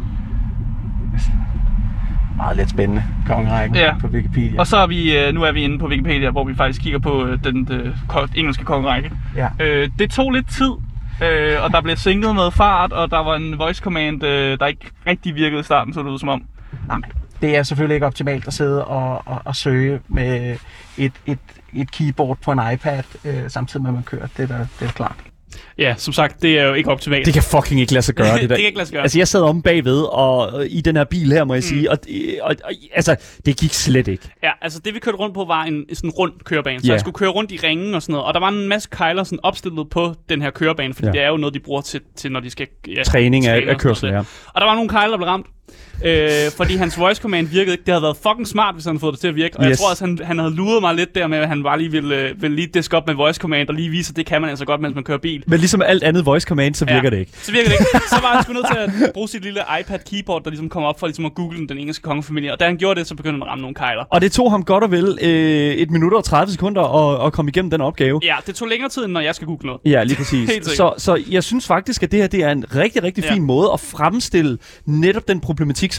Speaker 4: Meget lidt spændende kongerækken på Wikipedia.
Speaker 2: Og så er nu er vi inde på Wikipedia, hvor vi faktisk kigger på den engelske kongerække.
Speaker 4: Ja.
Speaker 2: Det tog lidt tid, og der blev sænket noget fart, og der var en voice command, der ikke rigtig virkede i starten, så det ud som om.
Speaker 4: Nej, det er selvfølgelig ikke optimalt at sidde og søge med et keyboard på en iPad, samtidig med at man kører. Det er klart.
Speaker 2: Ja, som sagt, det er jo ikke optimalt.
Speaker 1: Det kan fucking ikke lade sig gøre, det der.
Speaker 2: Det kan ikke lade sig gøre.
Speaker 1: Altså, jeg sad om bagved, og i den her bil her, må jeg sige, og altså, det gik slet ikke.
Speaker 2: Ja, altså det vi kørte rundt på var en sådan rund kørebane, så jeg skulle køre rundt i ringen og sådan noget, og der var en masse kejler sådan opstillet på den her kørebane, fordi det er jo noget, de bruger til når de skal... Ja,
Speaker 1: træning af kørsel, ja.
Speaker 2: Og der var nogle kejler, der blev ramt. Fordi hans voice command virkede ikke. Det havde været fucking smart, hvis han havde fået det til at virke. Og jeg tror også, han havde luret mig lidt der med, at han bare lige ville lige diske op med voice command og lige vise, at det kan man altså godt, mens man kører bil.
Speaker 1: Men ligesom alt andet voice command, så virker det ikke.
Speaker 2: Så virker det ikke. Så var han sgu nødt til at bruge sit lille iPad keyboard, der ligesom kom op for ligesom at google den engelske kongefamilie. Og da han gjorde det, så begyndte han at ramme nogle kejler.
Speaker 1: Og det tog ham godt og vel 1 minut og 30 sekunder at komme igennem den opgave.
Speaker 2: Ja, det tog længere tid, end når jeg skal google noget.
Speaker 1: Ja, lige præcis. så jeg synes faktisk, at det her det er en rigtig, rigtig fin måde at fremstille netop den problematik,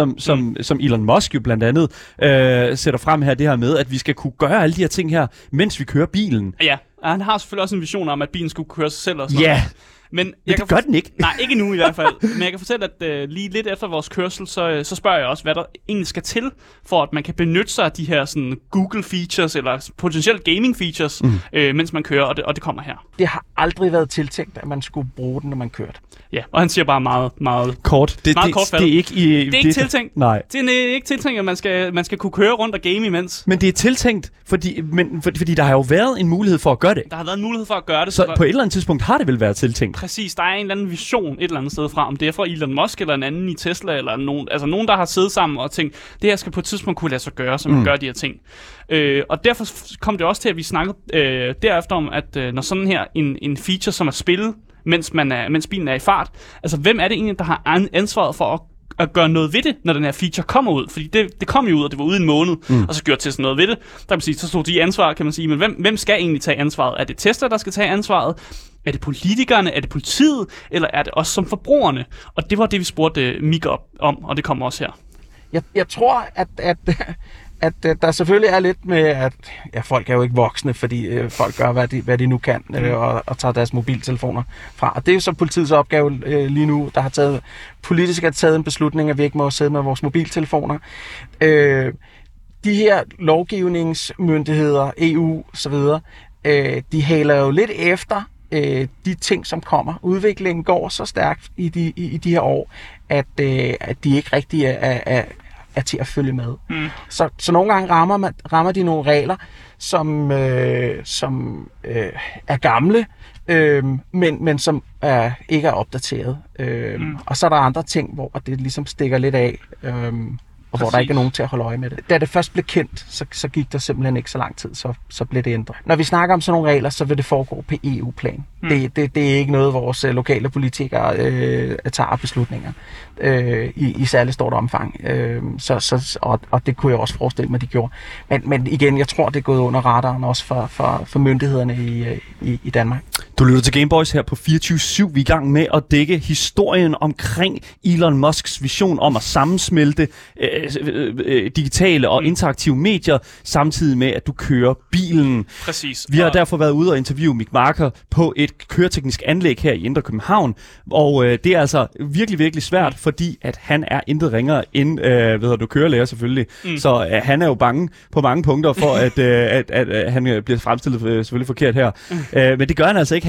Speaker 1: som Elon Musk jo blandt andet sætter frem her, det her med, at vi skal kunne gøre alle de her ting her, mens vi kører bilen.
Speaker 2: Ja, og han har selvfølgelig også en vision om, at bilen skulle køre sig selv og sådan noget. Men
Speaker 1: det gør den ikke.
Speaker 2: Nej, ikke nu i hvert fald. Men jeg kan fortælle, at lige lidt efter vores kørsel, så spørger jeg også, hvad der egentlig skal til, for at man kan benytte sig af de her sådan, Google-features, eller potentielt gaming-features, mens man kører, og det kommer her.
Speaker 4: Det har aldrig været tiltænkt, at man skulle bruge den, når man kørte.
Speaker 2: Ja, og han siger bare meget
Speaker 1: kort. Det er ikke
Speaker 2: tiltænkt.
Speaker 1: Nej.
Speaker 2: Det er ikke tiltænkt, at man skal kunne køre rundt og game imens.
Speaker 1: Men det er tiltænkt, fordi der har jo været en mulighed for at gøre det.
Speaker 2: Der har været en mulighed for at gøre det.
Speaker 1: Så på et eller andet tidspunkt har det vel været tiltænkt.
Speaker 2: Præcis, der er en eller anden vision et eller andet sted fra, om det er fra Elon Musk eller en anden i Tesla, eller nogen, der har siddet sammen og tænkt, det her skal på et tidspunkt kunne lade sig gøre, så man gør de her ting. Og derfor kom det også til, at vi snakkede derefter om, at når sådan her en feature, som er spillet, mens bilen er i fart, altså hvem er det egentlig, der har ansvaret for at gøre noget ved det, når den her feature kommer ud? Fordi det kom jo ud, og det var ude en måned, og så gjorde Tesla noget ved det. Der kan man sige, så stod de ansvar, kan man sige, men hvem skal egentlig tage ansvaret? Er det Tesla, der skal tage ansvaret? Er det politikerne? Er det politiet? Eller er det os som forbrugerne? Og det var det, vi spurgte Mika om, og det kommer også her.
Speaker 4: Jeg tror, at der selvfølgelig er lidt med, at folk er jo ikke voksne, fordi folk gør, hvad de nu kan, og tager deres mobiltelefoner fra. Og det er jo så politiets opgave lige nu, der har politisk taget en beslutning, at vi ikke må sidde med vores mobiltelefoner. De her lovgivningsmyndigheder, EU osv., de haler jo lidt efter de ting, som kommer. Udviklingen går så stærkt i de her år, at de ikke rigtig er til at følge med. Så nogle gange rammer de nogle regler, som er gamle, men som ikke er opdateret. Og så er der andre ting, hvor det ligesom stikker lidt af, og hvor der ikke er nogen til at holde øje med det. Da det først blev kendt, så gik der simpelthen ikke så lang tid, så blev det ændret. Når vi snakker om sådan nogle regler, så vil det foregå på EU-plan. Det er ikke noget, vores lokale politikere tager beslutninger i særlig stort omfang. Og det kunne jeg også forestille mig, de gjorde. Men igen, jeg tror, det er gået under radaren også for myndighederne i Danmark.
Speaker 1: Du lytter til Gameboys her på 24/7. Vi er i gang med at dække historien omkring Elon Musks vision om at sammensmelte digitale og interaktive medier, samtidig med, at du kører bilen.
Speaker 2: Præcis.
Speaker 1: Vi har derfor været ude og interviewe Mick Marker på et køreteknisk anlæg her i Indre København, og det er altså virkelig, virkelig svært, fordi at han er intet ringere end kørelærer selvfølgelig. Så han er jo bange på mange punkter for, at han bliver fremstillet selvfølgelig forkert her. Men det gør han altså ikke.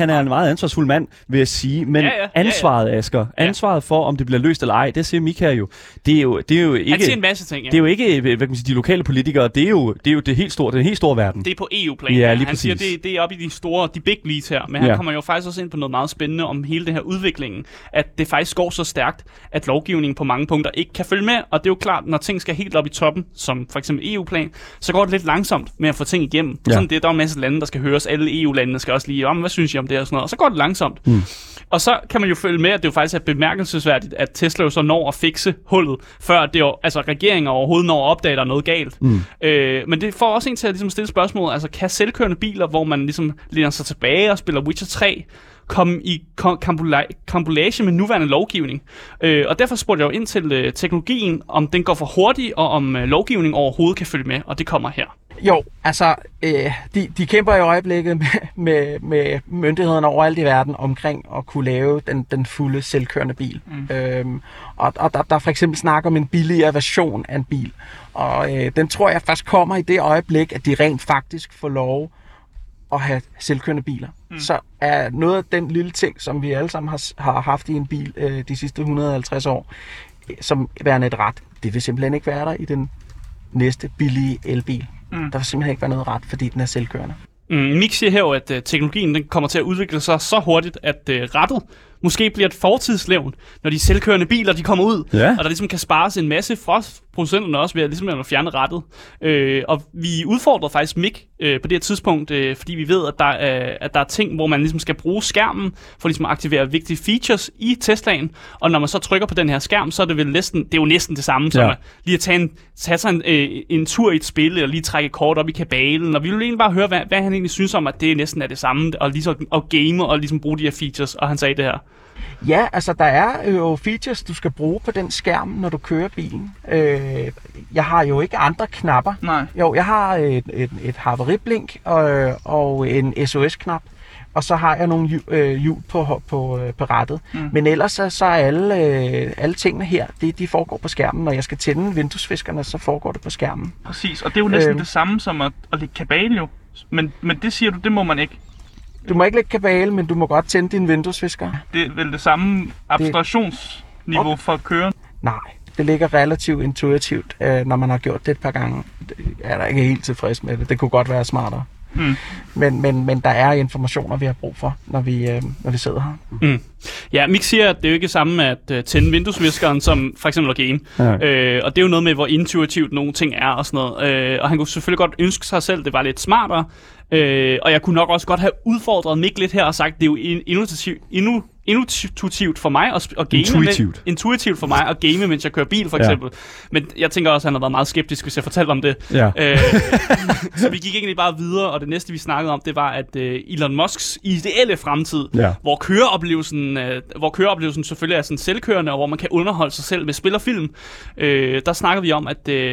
Speaker 1: han er en meget ansvarsfuld mand, vil jeg sige. Men ansvaret, Asger, ansvaret for, om det bliver løst eller ej, det siger Mika jo. Det er jo ikke...
Speaker 2: Han siger en masse ting,
Speaker 1: Det er jo ikke, hvad kan man sige, de lokale politikere. Det er jo det helt store, den helt store verden.
Speaker 2: Det er på EU-plan.
Speaker 1: Ja, lige
Speaker 2: han siger, det er oppe i de big leagues her. Men han kommer jo faktisk også ind på noget meget spændende om hele det her udviklingen. At det faktisk går så stærkt, at lovgivningen på mange punkter ikke kan følge med. Og det er jo klart, når ting skal helt op i toppen, som for eksempel EU-plan, så går det lidt langsomt med at få ting igennem. Ja. Sådan, der er en masse lande, der skal høres. Alle EU-landene skal også lige om, hvad synes I om det og sådan noget. Og så går det langsomt. Og så kan man jo følge med, at det jo faktisk er bemærkelsesværdigt, at Tesla jo så når at fikse hullet, før det jo, altså regeringen overhovedet når at opdage, der er noget galt. Men det får også en til at ligesom stille spørgsmål, altså kan selvkørende biler, hvor man ligesom læner sig tilbage og spiller Witcher 3, komme i kampolage med nuværende lovgivning. Og derfor spurgte jeg jo ind til teknologien, om den går for hurtigt, og om lovgivningen overhovedet kan følge med, og det kommer her.
Speaker 4: Jo, altså, de kæmper i øjeblikket med myndighederne overalt i verden omkring at kunne lave den fulde selvkørende bil. Og der for eksempel snakker om en billigere version af en bil. Og den tror jeg først kommer i det øjeblik, at de rent faktisk får lov at have selvkørende biler. Så er noget af den lille ting, som vi alle sammen har haft i en bil de sidste 150 år, som værende et ret, det vil simpelthen ikke være der i den næste billige elbil. Der vil simpelthen ikke være noget ret, fordi den er selvkørende.
Speaker 2: Mik siger her jo, at teknologien den kommer til at udvikle sig så hurtigt, at rettet måske bliver et fortidslevn, når de selvkørende biler de kommer ud, og der ligesom kan spares en masse fra producenterne også ved at, ligesom at fjerne rettet. Og vi udfordrede faktisk Mik på det her tidspunkt, fordi vi ved, at der er ting, hvor man ligesom skal bruge skærmen for ligesom at aktivere vigtige features i Teslaen, og når man så trykker på den her skærm, så er det vel næsten det samme som at lige at tage sig en tur i et spil, eller lige trække kort op i kabalen, og vi vil egentlig bare høre, hvad han egentlig synes om, at det næsten er det samme, og lige så at game og ligesom bruge de her features, og han sagde det her.
Speaker 4: Ja, altså der er jo features, du skal bruge på den skærm, når du kører bilen. Jeg har jo ikke andre knapper.
Speaker 2: Nej.
Speaker 4: Jo, jeg har et havariblink og en SOS-knap, og så har jeg nogle hjul på rattet. Men ellers så er alle tingene her, de foregår på skærmen. Når jeg skal tænde vinduesviskerne, så foregår det på skærmen.
Speaker 5: Præcis, og det er jo næsten det samme som at lægge kabale jo. Men det siger du, det må man ikke.
Speaker 4: Du må ikke lægge kabale, men du må godt tænde din vinduesvisker.
Speaker 5: Det er vel det samme abstraktionsniveau for at køre?
Speaker 4: Nej, det ligger relativt intuitivt, når man har gjort det et par gange. Jeg er da ikke helt tilfreds med det. Det kunne godt være smartere. Men der er informationer, vi har brug for, når vi sidder her.
Speaker 2: Ja, Mik siger, at det er jo ikke samme at tænde vinduesviskeren som for eksempel at game. Og det er jo noget med, hvor intuitivt nogle ting er og sådan noget. Og han kunne selvfølgelig godt ønske sig selv, det var lidt smartere. Og jeg kunne nok også godt have udfordret Mik lidt her og sagt, det er jo intuitivt for mig at game. Intuitivt for mig at game, mens jeg kører bil, for eksempel. Men jeg tænker også, at han har været meget skeptisk, hvis jeg fortalte om det. Så vi gik egentlig bare videre, og det næste, vi snakkede om, det var, at Elon Musks ideelle fremtid, hvor køreoplevelsen selvfølgelig er sådan selvkørende, og hvor man kan underholde sig selv med spil og film, der snakkede vi om,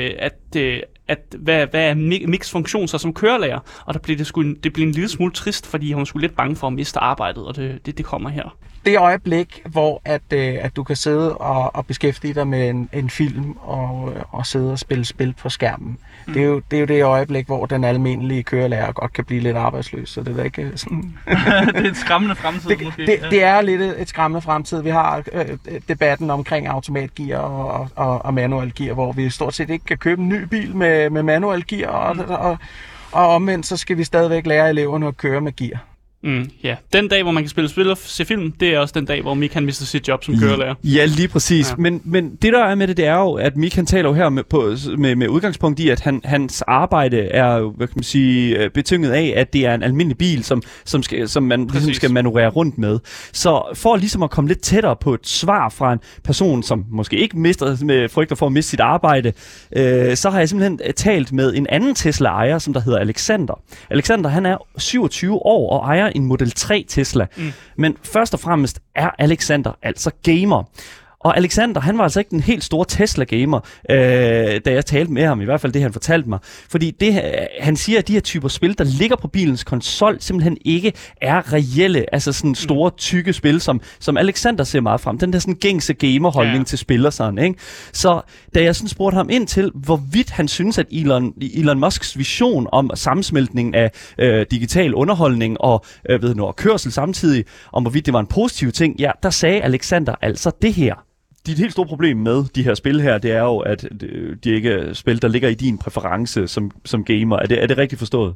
Speaker 2: hvad er Miks funktion så som kørelærer, og det blev en lille smule trist, fordi hun skulle lidt bange for at miste arbejdet, og det kommer her.
Speaker 4: Det øjeblik, hvor at du kan sidde og beskæftige dig med en film og sidde og spille spil på skærmen. Det er jo det øjeblik, hvor den almindelige kørelærer godt kan blive lidt arbejdsløs, så det er da ikke sådan...
Speaker 5: Det er et skræmmende fremtid, måske.
Speaker 4: Det er lidt et skræmmende fremtid. Vi har debatten omkring automatgear og manual gear, hvor vi stort set ikke kan købe en ny bil med manual gear, og omvendt så skal vi stadigvæk lære eleverne at køre med gear.
Speaker 2: Ja, den dag, hvor man kan spille spil og se film, det er også den dag, hvor Mik han mister sit job som kørelærer.
Speaker 1: Ja, lige præcis. Ja. Men det der er med det er jo, at Mik han taler jo her med udgangspunkt i, at hans arbejde er jo, hvad kan man sige, betynget af, at det er en almindelig bil, som man ligesom skal manøvrere rundt med. Så for ligesom at komme lidt tættere på et svar fra en person, som måske ikke frygter for at miste sit arbejde, så har jeg simpelthen talt med en anden Tesla-ejer, som der hedder Alexander. Alexander, han er 27 år og ejer en Model 3 Tesla. Men først og fremmest er Alexander altså gamer. Og Alexander, han var altså ikke den helt store Tesla-gamer, da jeg talte med ham, i hvert fald det, han fortalte mig. Fordi han siger, at de her typer spil, der ligger på bilens konsol, simpelthen ikke er reelle, altså sådan store, tykke spil, som Alexander ser meget frem. Den der sådan gængse gamerholdning til spil og sådan, ikke? Så da jeg sådan spurgte ham ind til, hvorvidt han synes, at Elon Musks vision om sammensmeltningen af digital underholdning og kørsel samtidig, om hvorvidt det var en positiv ting, ja, der sagde Alexander altså det her. Dit helt store problem med de her spil her, det er jo, at de ikke er spil, der ligger i din præference som gamer. Er det rigtigt forstået?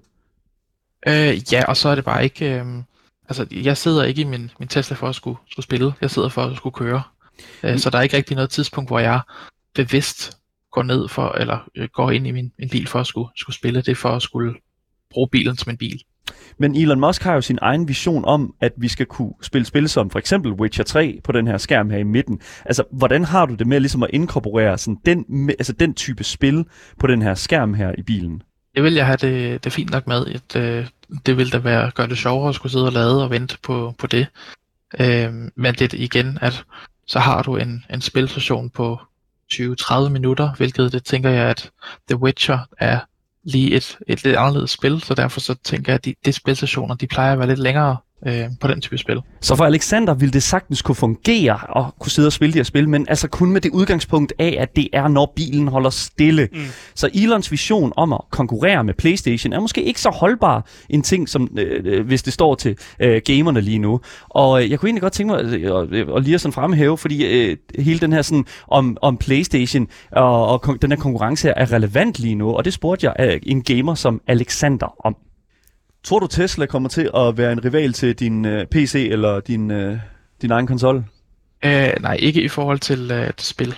Speaker 6: Ja, og så er det bare ikke... altså, jeg sidder ikke i min Tesla for at skulle spille. Jeg sidder for at skulle køre. Så der er ikke rigtig noget tidspunkt, hvor jeg bevidst går ned for, eller går ind i min bil for at skulle spille. Det er for at skulle bruge bilen som en bil.
Speaker 1: Men Elon Musk har jo sin egen vision om, at vi skal kunne spille spil som for eksempel Witcher 3 på den her skærm her i midten. Altså, hvordan har du det med ligesom at inkorporere sådan den type spil på den her skærm her i bilen?
Speaker 6: Det vil jeg have det fint nok med. Det vil da gøre det sjovere at skulle sidde og lade og vente på det. Men det igen, at så har du en spilsession på 20-30 minutter, hvilket det tænker jeg, at The Witcher er lige et lidt anderledes spil, så derfor så tænker jeg, at de spilstationer, de plejer at være lidt længere på den type spil.
Speaker 1: Så for Alexander ville det sagtens kunne fungere og kunne sidde og spille de her spil, men altså kun med det udgangspunkt af, at det er, når bilen holder stille. Så Elons vision om at konkurrere med PlayStation er måske ikke så holdbar en ting, som hvis det står til gamerne lige nu. Og jeg kunne egentlig godt tænke mig at lige sådan fremhæve, fordi hele den her sådan om PlayStation og den her konkurrence her er relevant lige nu, og det spurgte jeg en gamer som Alexander om. Tror du, Tesla kommer til at være en rival til din PC eller din egen konsol?
Speaker 6: Nej, ikke i forhold til spil.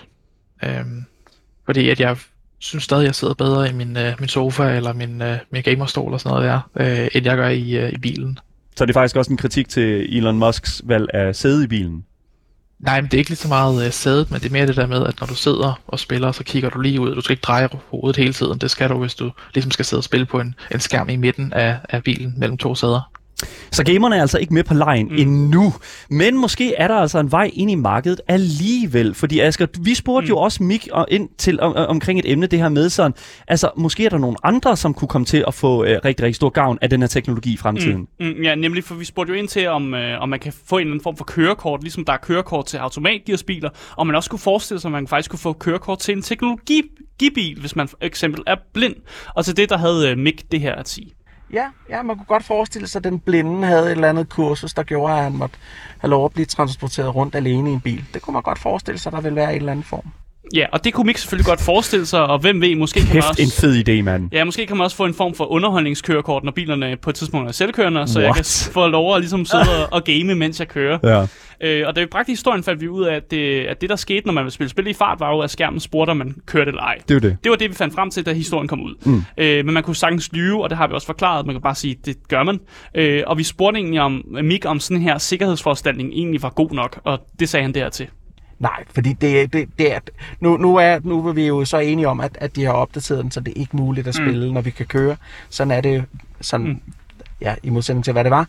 Speaker 6: Fordi at jeg synes stadig, at jeg sidder bedre i min sofa eller min gamerstol og sådan noget der, end jeg gør i bilen.
Speaker 1: Så det er faktisk også en kritik til Elon Musks valg af sæde i bilen?
Speaker 6: Nej, men det er ikke lige så meget sædet, men det er mere det der med, at når du sidder og spiller, så kigger du lige ud. Du skal ikke dreje hovedet hele tiden. Det skal du, hvis du ligesom skal sidde og spille på en skærm i midten af bilen mellem to sæder.
Speaker 1: Så gamerne er altså ikke med på lejen endnu, men måske er der altså en vej ind i markedet alligevel, fordi Asger, vi spurgte jo også Mik ind til omkring et emne, det her med sådan, altså måske er der nogle andre, som kunne komme til at få rigtig, rigtig stor gavn af den her teknologi i fremtiden.
Speaker 2: Ja, nemlig, for vi spurgte jo ind til, om man kan få en eller anden form for kørekort, ligesom der er kørekort til automatgearsbiler, og man også kunne forestille sig, at man faktisk kunne få kørekort til en teknologibil, hvis man for eksempel er blind. Og til det, der havde Mik det her at sige.
Speaker 4: Ja, man kunne godt forestille sig, at den blinde havde et eller andet kursus, der gjorde, at han måtte have lov at blive transporteret rundt alene i en bil. Det kunne man godt forestille sig, at der ville være en eller anden form.
Speaker 2: Ja, og det kunne Mik selvfølgelig godt forestille sig, og hvem ved, måske kan man også...
Speaker 1: en fed idé, mand.
Speaker 2: Ja, måske kan man også få en form for underholdningskørekort, når bilerne på et tidspunkt er selvkørende, så jeg kan få lov at ligesom sidde og game, mens jeg kører. Ja. Og det er praktisk historien, fandt vi ud af, at det der skete, når man ville spille spil i fart, var jo, at skærmen spurgte, om man kørte eller ej.
Speaker 1: Det
Speaker 2: var det, vi fandt frem til, da historien kom ud. Men man kunne sagtens lyve, og det har vi også forklaret. Man kan bare sige, det gør man. Og vi spurgte egentlig om Mik, om sådan her sikkerhedsforanstaltning egentlig var god nok, og det sagde han dertil.
Speaker 4: Nej, fordi det er... Nu er vi jo så enige om, at de har opdateret den, så det er ikke muligt at spille, når vi kan køre. Sådan er det sådan, ja, i modsætning til, hvad det var.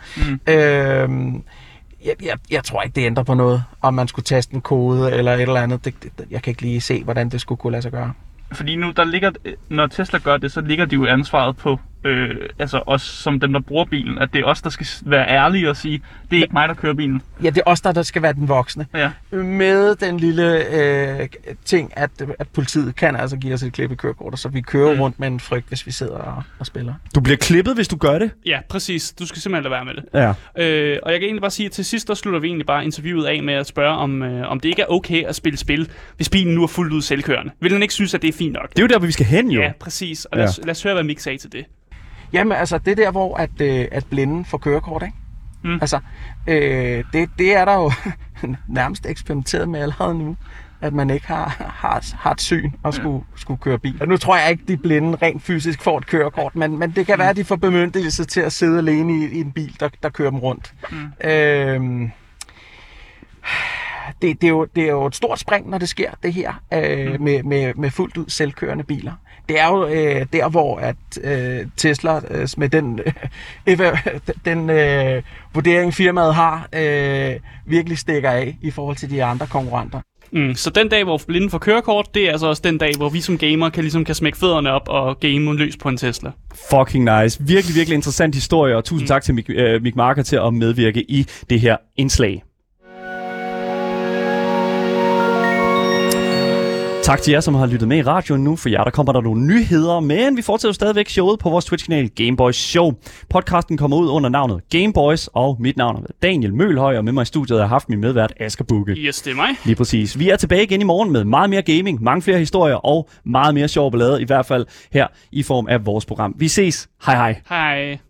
Speaker 4: Jeg tror ikke, det ændrer på noget, om man skulle taste en kode eller et eller andet. Jeg kan ikke lige se, hvordan det skulle kunne lade sig gøre.
Speaker 5: Fordi nu, når Tesla gør det, så ligger de jo ansvaret på altså os som dem, der bruger bilen. At det er os, der skal være ærlige og sige, det er ikke mig, der kører bilen.
Speaker 4: Ja, det er os, der skal være den voksne. Ja. Med den lille ting, at politiet kan altså give os et klippet kørekort, så vi kører rundt med en frygt, hvis vi sidder og spiller.
Speaker 1: Du bliver klippet, hvis du gør det?
Speaker 2: Ja, præcis. Du skal simpelthen lade være med det. Ja. Og jeg kan egentlig bare sige, at til sidst, der slutter vi egentlig bare interviewet af med at spørge, om det ikke er okay at spille spil, hvis bilen nu er fuldt ud selvkørende. Vil han ikke synes, at det er fint nok?
Speaker 1: Det er jo der, hvor vi skal hen, jo.
Speaker 2: Ja, præcis. Og lad os høre, hvad Mik sagde til det.
Speaker 4: Jamen, altså, det er der, hvor at blinde får kørekort, ikke? Altså, det er der jo nærmest eksperimenteret med allerede nu, at man ikke har et syn og skulle køre bil. Og nu tror jeg ikke, de blinde rent fysisk får et kørekort, men det kan være, at de får bemyndigelse til at sidde alene i en bil, der kører dem rundt. Det er jo et stort spring, når det sker, det her, med fuldt ud selvkørende biler. Det er jo der, hvor at Tesla med den vurdering firmaet har, virkelig stikker af i forhold til de andre konkurrenter.
Speaker 2: Så den dag, hvor blinde får kørekort, det er altså også den dag, hvor vi som gamer kan smække fødderne op og game løs på en Tesla.
Speaker 1: Fucking nice. Virkelig, virkelig interessant historie, og tusind tak til Mick Marker til at medvirke i det her indslag. Tak til jer, som har lyttet med i radioen nu. For jer, der kommer der nogle nyheder, men vi fortsætter stadigvæk showet på vores Twitch-kanal Gameboys Show. Podcasten kommer ud under navnet Gameboys, og mit navn er Daniel Mølhøj, og med mig i studiet har jeg haft min medvært Asger Bukke.
Speaker 2: Yes, det er mig.
Speaker 1: Lige præcis. Vi er tilbage igen i morgen med meget mere gaming, mange flere historier og meget mere sjov ballade, i hvert fald her i form af vores program. Vi ses. Hej hej.
Speaker 2: Hej.